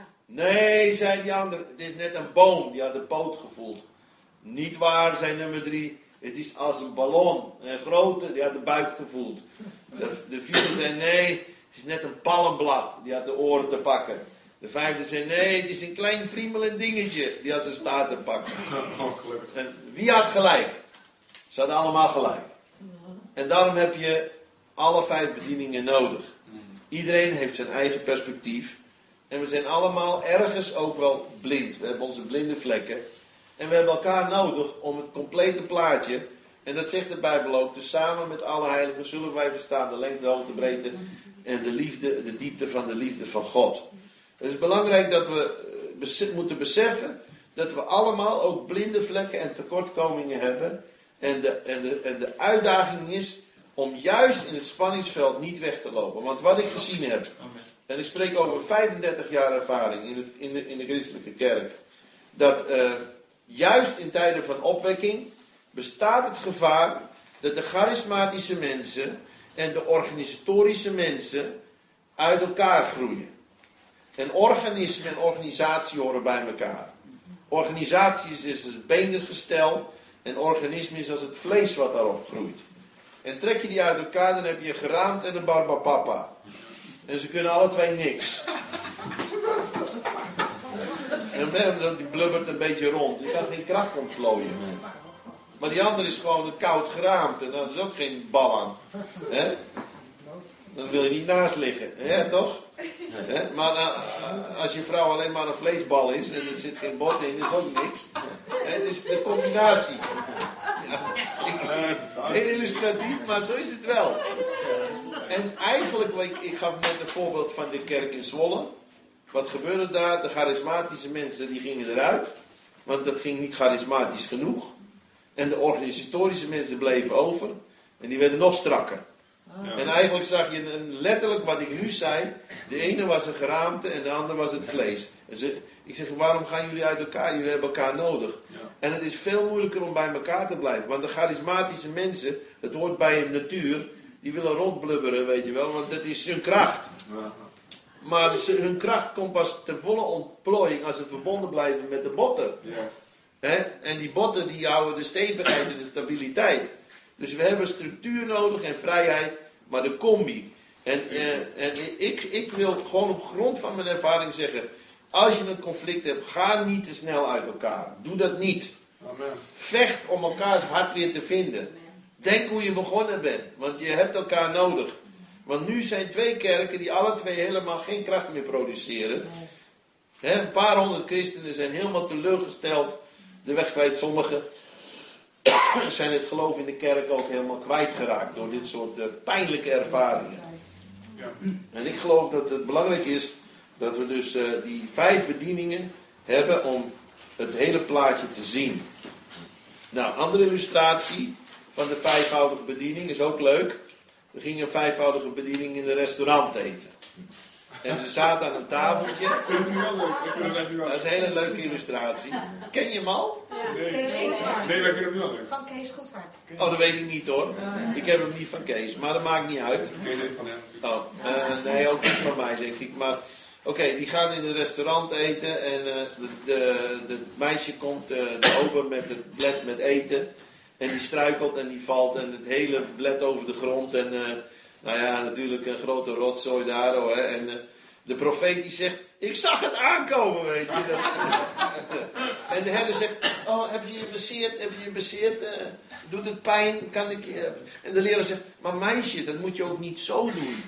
Nee, zei die ander, het is net een boom, die had de poot gevoeld. Niet waar, zei nummer 3, het is als een ballon, een grote, die had de buik gevoeld. De 4e zei, nee, het is net een palmblad, die had de oren te pakken. De 5e zei, nee, het is een klein friemelend dingetje, die had zijn staart te pakken. En wie had gelijk? Ze hadden allemaal gelijk. En daarom heb je alle 5 bedieningen nodig. Iedereen heeft zijn eigen perspectief. En we zijn allemaal ergens ook wel blind. We hebben onze blinde vlekken. En we hebben elkaar nodig om het complete plaatje. En dat zegt de Bijbel ook. Dus samen met alle heiligen zullen wij verstaan de lengte, de hoogte, de breedte en de liefde, de diepte van de liefde van God. Het is belangrijk dat we moeten beseffen dat we allemaal ook blinde vlekken en tekortkomingen hebben. En de uitdaging is om juist in het spanningsveld niet weg te lopen. Want wat ik gezien heb, en ik spreek over 35 jaar ervaring in de christelijke kerk, dat juist in tijden van opwekking bestaat het gevaar dat de charismatische mensen en de organisatorische mensen uit elkaar groeien. En organisme en organisatie horen bij elkaar. Organisatie is het beendergestel en organisme is als het vlees wat daarop groeit. En trek je die uit elkaar, dan heb je een geraamte en een barbapapa. En ze kunnen alle 2 niks. En die blubbert een beetje rond. Die kan geen kracht ontplooien. Maar die andere is gewoon een koud geraamte. Daar is ook geen bal aan. He? Dan wil je niet naast liggen. He, toch? He? Maar als je vrouw alleen maar een vleesbal is en er zit geen bot in, is ook niks. Het is de combinatie. Heel illustratief, maar zo is het wel. En eigenlijk, ik gaf net een voorbeeld van de kerk in Zwolle. Wat gebeurde daar? De charismatische mensen die gingen eruit. Want dat ging niet charismatisch genoeg. En de organisatorische mensen bleven over. En die werden nog strakker. Ja. En eigenlijk zag je letterlijk wat ik nu zei. De ene was een geraamte en de andere was het vlees. Ik zeg, waarom gaan jullie uit elkaar? Jullie hebben elkaar nodig. Ja. En het is veel moeilijker om bij elkaar te blijven. Want de charismatische mensen, het hoort bij hun natuur. Die willen rondblubberen, weet je wel. Want dat is hun kracht. Ja. Maar hun kracht komt pas ten volle ontplooiing als ze verbonden blijven met de botten. Yes. En die botten die houden de stevigheid en de stabiliteit. Dus we hebben structuur nodig en vrijheid, maar de combi. En ik wil gewoon op grond van mijn ervaring zeggen, Als je een conflict hebt, ga niet te snel uit elkaar. Doe dat niet. Amen. Vecht om elkaars hart weer te vinden. Denk hoe je begonnen bent, want je hebt elkaar nodig. Want nu zijn 2 kerken die alle 2 helemaal geen kracht meer produceren. Een paar honderd christenen zijn helemaal teleurgesteld. De weg kwijt. Sommigen zijn het geloof in de kerk ook helemaal kwijtgeraakt door dit soort pijnlijke ervaringen. Ja. En ik geloof dat het belangrijk is dat we dus die 5 bedieningen hebben om het hele plaatje te zien. Nou, een andere illustratie van de 5voudige bediening is ook leuk. We gingen een 5voudige bediening in een restaurant eten. En ze zaten aan een tafeltje. Ik vind het nu wel leuk. Ik vind het echt nu wel Dat leuk. is een hele leuke illustratie. Ken je hem al? Nee. Kees Goedhart. Nee, wij vinden het nu wel leuk. Van Kees Goedhart. Oh, dat weet ik niet hoor. Ik heb hem niet van Kees, maar dat maakt niet uit. Geen idee van hem natuurlijk. Oh, nee, ook niet van mij denk ik. Maar oké, die gaan in een restaurant eten en de meisje komt, de ober met het blad met eten. En die struikelt en die valt en het hele blad over de grond. En nou ja, natuurlijk een grote rotzooi daar. Oh, hè. En de profeet die zegt, ik zag het aankomen, weet je. En de herder zegt, oh, heb je je bezeerd? Heb je je bezeerd? Doet het pijn? Kan ik je... En de leraar zegt, maar meisje, dat moet je ook niet zo doen.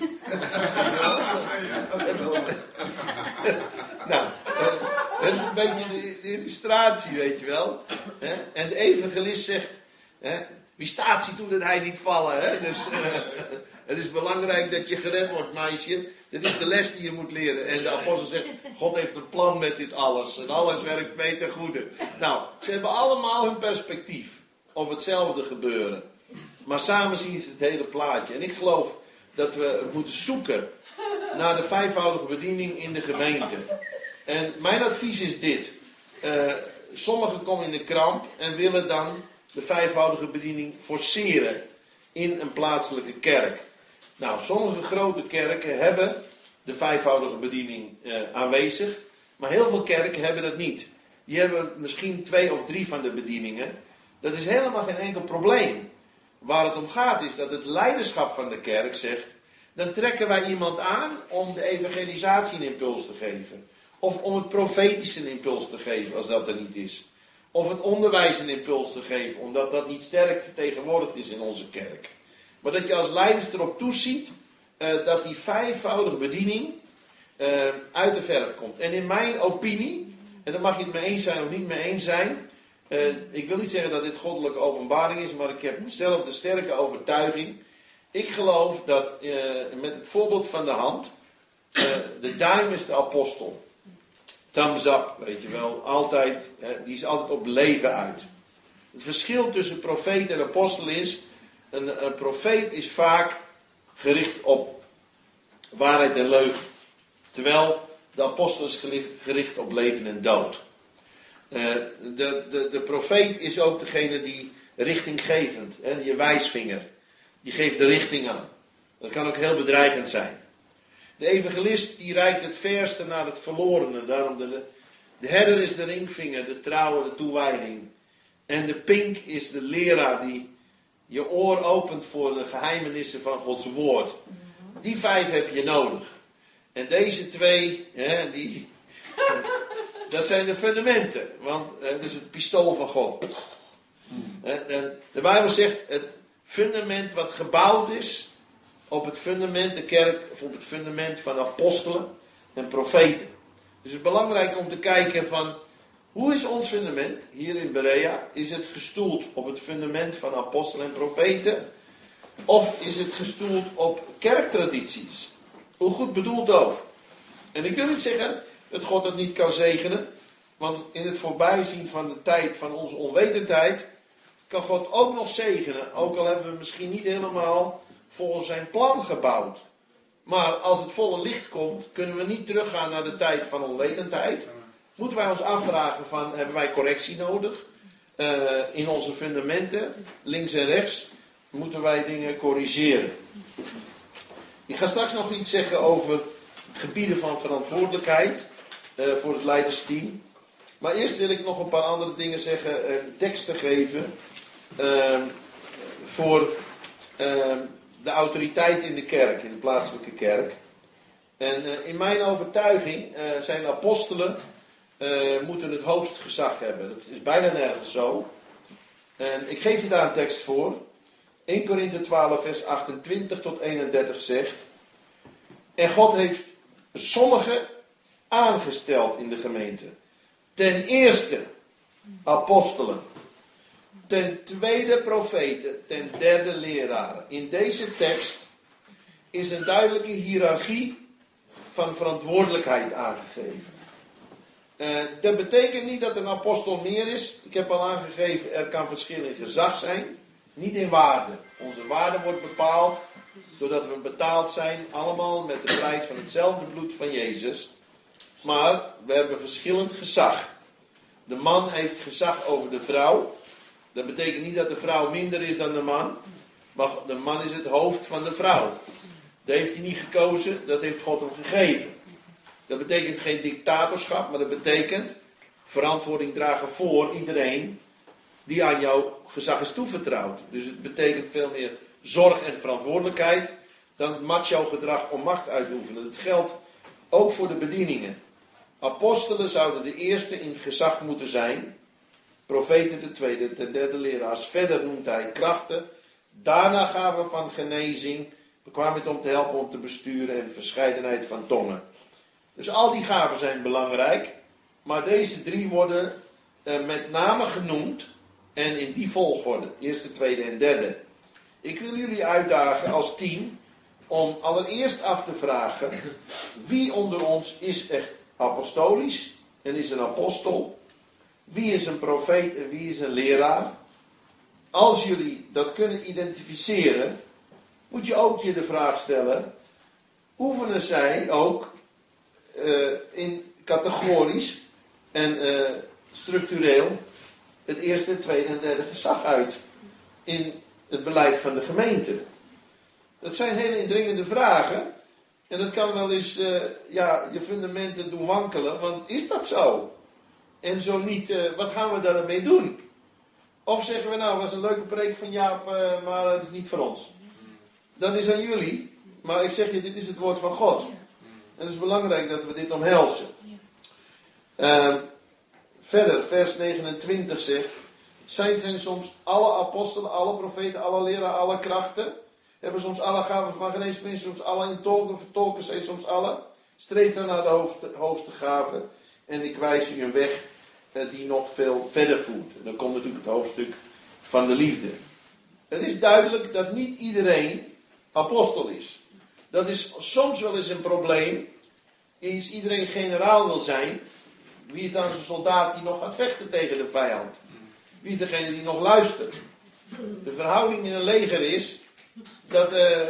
Nou, dat is een beetje de illustratie, weet je wel. En de evangelist zegt, wie staat zie toe dat hij niet vallen. Hè? Dus het is belangrijk dat je gered wordt, meisje. Dit is de les die je moet leren. En de apostel zegt, God heeft een plan met dit alles. En alles werkt mee ten goede. Nou, ze hebben allemaal hun perspectief op hetzelfde gebeuren. Maar samen zien ze het hele plaatje. En ik geloof dat we moeten zoeken naar de 5voudige bediening in de gemeente. En mijn advies is dit. Sommigen komen in de kramp en willen dan de 5voudige bediening forceren in een plaatselijke kerk. Nou, sommige grote kerken hebben de 5voudige bediening aanwezig, maar heel veel kerken hebben dat niet. Die hebben misschien 2 of 3 van de bedieningen. Dat is helemaal geen enkel probleem. Waar het om gaat is dat het leiderschap van de kerk zegt, dan trekken wij iemand aan om de evangelisatie een impuls te geven. Of om het profetische een impuls te geven, als dat er niet is. Of het onderwijs een impuls te geven, omdat dat niet sterk vertegenwoordigd is in onze kerk. Maar dat je als leiders erop toeziet dat die 5voudige bediening uit de verf komt. En in mijn opinie, en daar mag je het mee eens zijn of niet mee eens zijn. Ik wil niet zeggen dat dit goddelijke openbaring is, maar ik heb zelf de sterke overtuiging. Ik geloof dat met het voorbeeld van de hand, de duim is de apostel. Thumbs up, weet je wel, altijd, die is altijd op leven uit. Het verschil tussen profeet en apostel is, een profeet is vaak gericht op waarheid en leugen. Terwijl de apostel is gericht op leven en dood. De profeet is ook degene die richtinggevend, je wijsvinger, die geeft de richting aan. Dat kan ook heel bedreigend zijn. De evangelist die reikt het verste naar het verlorene. Daarom de herder is de ringvinger, de trouwe, de toewijding. En de pink is de leraar die je oor opent voor de geheimenissen van Gods woord. Die 5 heb je nodig. En deze 2, dat zijn de fundamenten. Want dat is het pistool van God. De Bijbel zegt, het fundament wat gebouwd is op het fundament, de kerk, of op het fundament van apostelen en profeten. Dus het is belangrijk om te kijken van, hoe is ons fundament hier in Berea? Is het gestoeld op het fundament van apostelen en profeten? Of is het gestoeld op kerktradities? Hoe goed bedoeld ook. En ik wil niet zeggen dat God het niet kan zegenen. Want in het voorbijzien van de tijd van onze onwetendheid kan God ook nog zegenen. Ook al hebben we misschien niet helemaal volgens zijn plan gebouwd. Maar als het volle licht komt, kunnen we niet teruggaan naar de tijd van onwetendheid. Moeten wij ons afvragen van, hebben wij correctie nodig? In onze fundamenten, links en rechts, moeten wij dingen corrigeren. Ik ga straks nog iets zeggen over gebieden van verantwoordelijkheid voor het leidersteam. Maar eerst wil ik nog een paar andere dingen zeggen, teksten geven voor de autoriteit in de kerk, in de plaatselijke kerk. En in mijn overtuiging zijn apostelen moeten het hoogst gezag hebben. Dat is bijna nergens zo. En ik geef je daar een tekst voor. 1 Korinthe 12 vers 28 tot 31 zegt: en God heeft sommigen aangesteld in de gemeente. Ten eerste apostelen. Ten tweede profeten. Ten derde leraren. In deze tekst is een duidelijke hiërarchie van verantwoordelijkheid aangegeven. Dat betekent niet dat een apostel meer is. Ik heb al aangegeven, er kan verschil in gezag zijn. Niet in waarde. Onze waarde wordt bepaald doordat we betaald zijn, allemaal met de prijs van hetzelfde bloed van Jezus. Maar we hebben verschillend gezag. De man heeft gezag over de vrouw. Dat betekent niet dat de vrouw minder is dan de man. Maar de man is het hoofd van de vrouw. Dat heeft hij niet gekozen, dat heeft God hem gegeven. Dat betekent geen dictatorschap, maar dat betekent verantwoording dragen voor iedereen die aan jouw gezag is toevertrouwd. Dus het betekent veel meer zorg en verantwoordelijkheid dan het macho gedrag om macht uit te oefenen. Dat geldt ook voor de bedieningen. Apostelen zouden de eerste in gezag moeten zijn. Profeten de tweede, de derde leraars. Verder noemt hij krachten. Daarna gaven van genezing, bekwaamheid om te helpen, om te besturen en verscheidenheid van tongen. Dus al die gaven zijn belangrijk. Maar deze drie worden met name genoemd. En in die volgorde. Eerste, tweede en derde. Ik wil jullie uitdagen als team om allereerst af te vragen: wie onder ons is echt apostolisch en is een apostel? Wie is een profeet en wie is een leraar? Als jullie dat kunnen identificeren, moet je ook je de vraag stellen: oefenen zij ook in categorisch en structureel het eerste, tweede en derde gezag uit in het beleid van de gemeente? Dat zijn hele indringende vragen. En dat kan wel eens je fundamenten doen wankelen. Want is dat zo? En zo niet, wat gaan we daarmee doen? Of zeggen we, nou, was een leuke preek van Jaap, maar het is niet voor ons. Dat is aan jullie. Maar ik zeg je, dit is het woord van God. En het is belangrijk dat we dit omhelzen. Verder, vers 29 zegt: zijn soms alle apostelen, alle profeten, alle leraren, alle krachten? Hebben soms alle gaven van geneesmiddelen, soms alle in tolken, vertolken zij soms alle? Streef dan naar de hoogste gaven. En ik wijs u een weg die nog veel verder voert. En dan komt natuurlijk het hoofdstuk van de liefde. Het is duidelijk dat niet iedereen apostel is. Dat is soms wel eens een probleem. Is iedereen generaal wil zijn? Wie is dan zo'n soldaat die nog gaat vechten tegen de vijand? Wie is degene die nog luistert? De verhouding in een leger is dat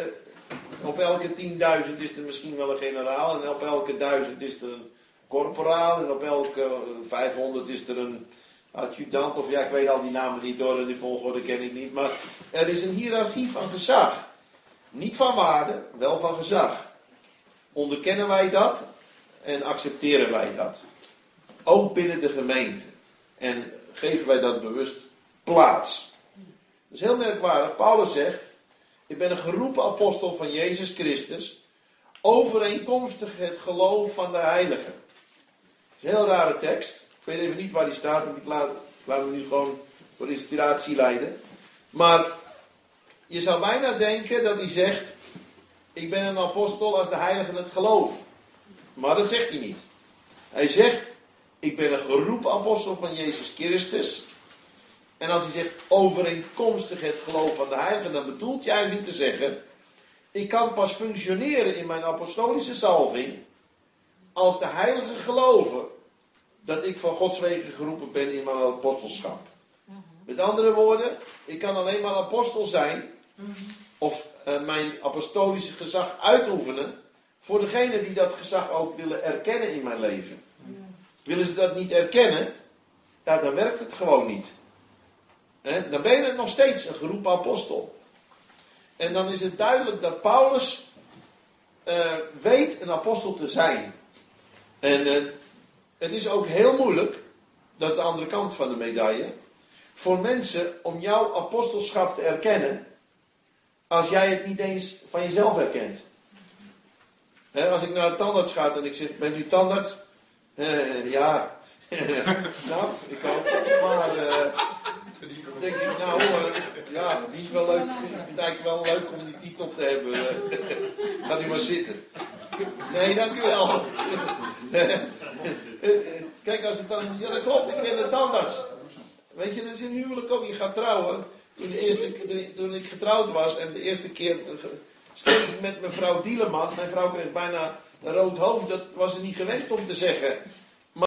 op elke 10.000 is er misschien wel een generaal. En op elke 1000 is er een korporaal. En op elke 500 is er een adjudant. Of ja, ik weet al die namen niet door. Die volgorde ken ik niet. Maar er is een hiërarchie van gezag. Niet van waarde, wel van gezag. Onderkennen wij dat en accepteren wij dat. Ook binnen de gemeente. En geven wij dat bewust plaats. Dat is heel merkwaardig. Paulus zegt: ik ben een geroepen apostel van Jezus Christus, overeenkomstig het geloof van de heiligen. Dat is een heel rare tekst. Ik weet even niet waar die staat. En laten we nu gewoon voor inspiratie leiden. Maar je zou bijna denken dat hij zegt: ik ben een apostel als de heiligen het geloven. Maar dat zegt hij niet. Hij zegt: ik ben een geroepen apostel van Jezus Christus. En als hij zegt overeenkomstig het geloof van de heiligen, dan bedoelt hij eigenlijk niet te zeggen: ik kan pas functioneren in mijn apostolische zalving als de heiligen geloven dat ik van Gods wegen geroepen ben in mijn apostelschap. Met andere woorden, ik kan alleen maar apostel zijn of mijn apostolische gezag uitoefenen voor degenen die dat gezag ook willen erkennen in mijn leven. Willen ze dat niet erkennen, ja, dan werkt het gewoon niet. Dan ben je nog steeds een geroepen apostel. En dan is het duidelijk dat Paulus weet een apostel te zijn. En het is ook heel moeilijk, dat is de andere kant van de medaille, voor mensen om jouw apostelschap te erkennen als jij het niet eens van jezelf herkent. Als ik naar de tandarts ga en ik zeg, bent u tandarts? Ja. Nou, ik ook. Maar dan denk ik, nou, ja, vind wel leuk. Ik vind het eigenlijk wel leuk om die titel te hebben. Gaat u maar zitten. Nee, dank u wel. Kijk, als het dan... Ja, dat klopt, ik ben de tandarts. Weet je, dat is een huwelijk ook. Je gaat trouwen. Toen ik getrouwd was en de eerste keer stond ik met mevrouw Dieleman. Mijn vrouw kreeg bijna een rood hoofd. Dat was ze niet gewend om te zeggen.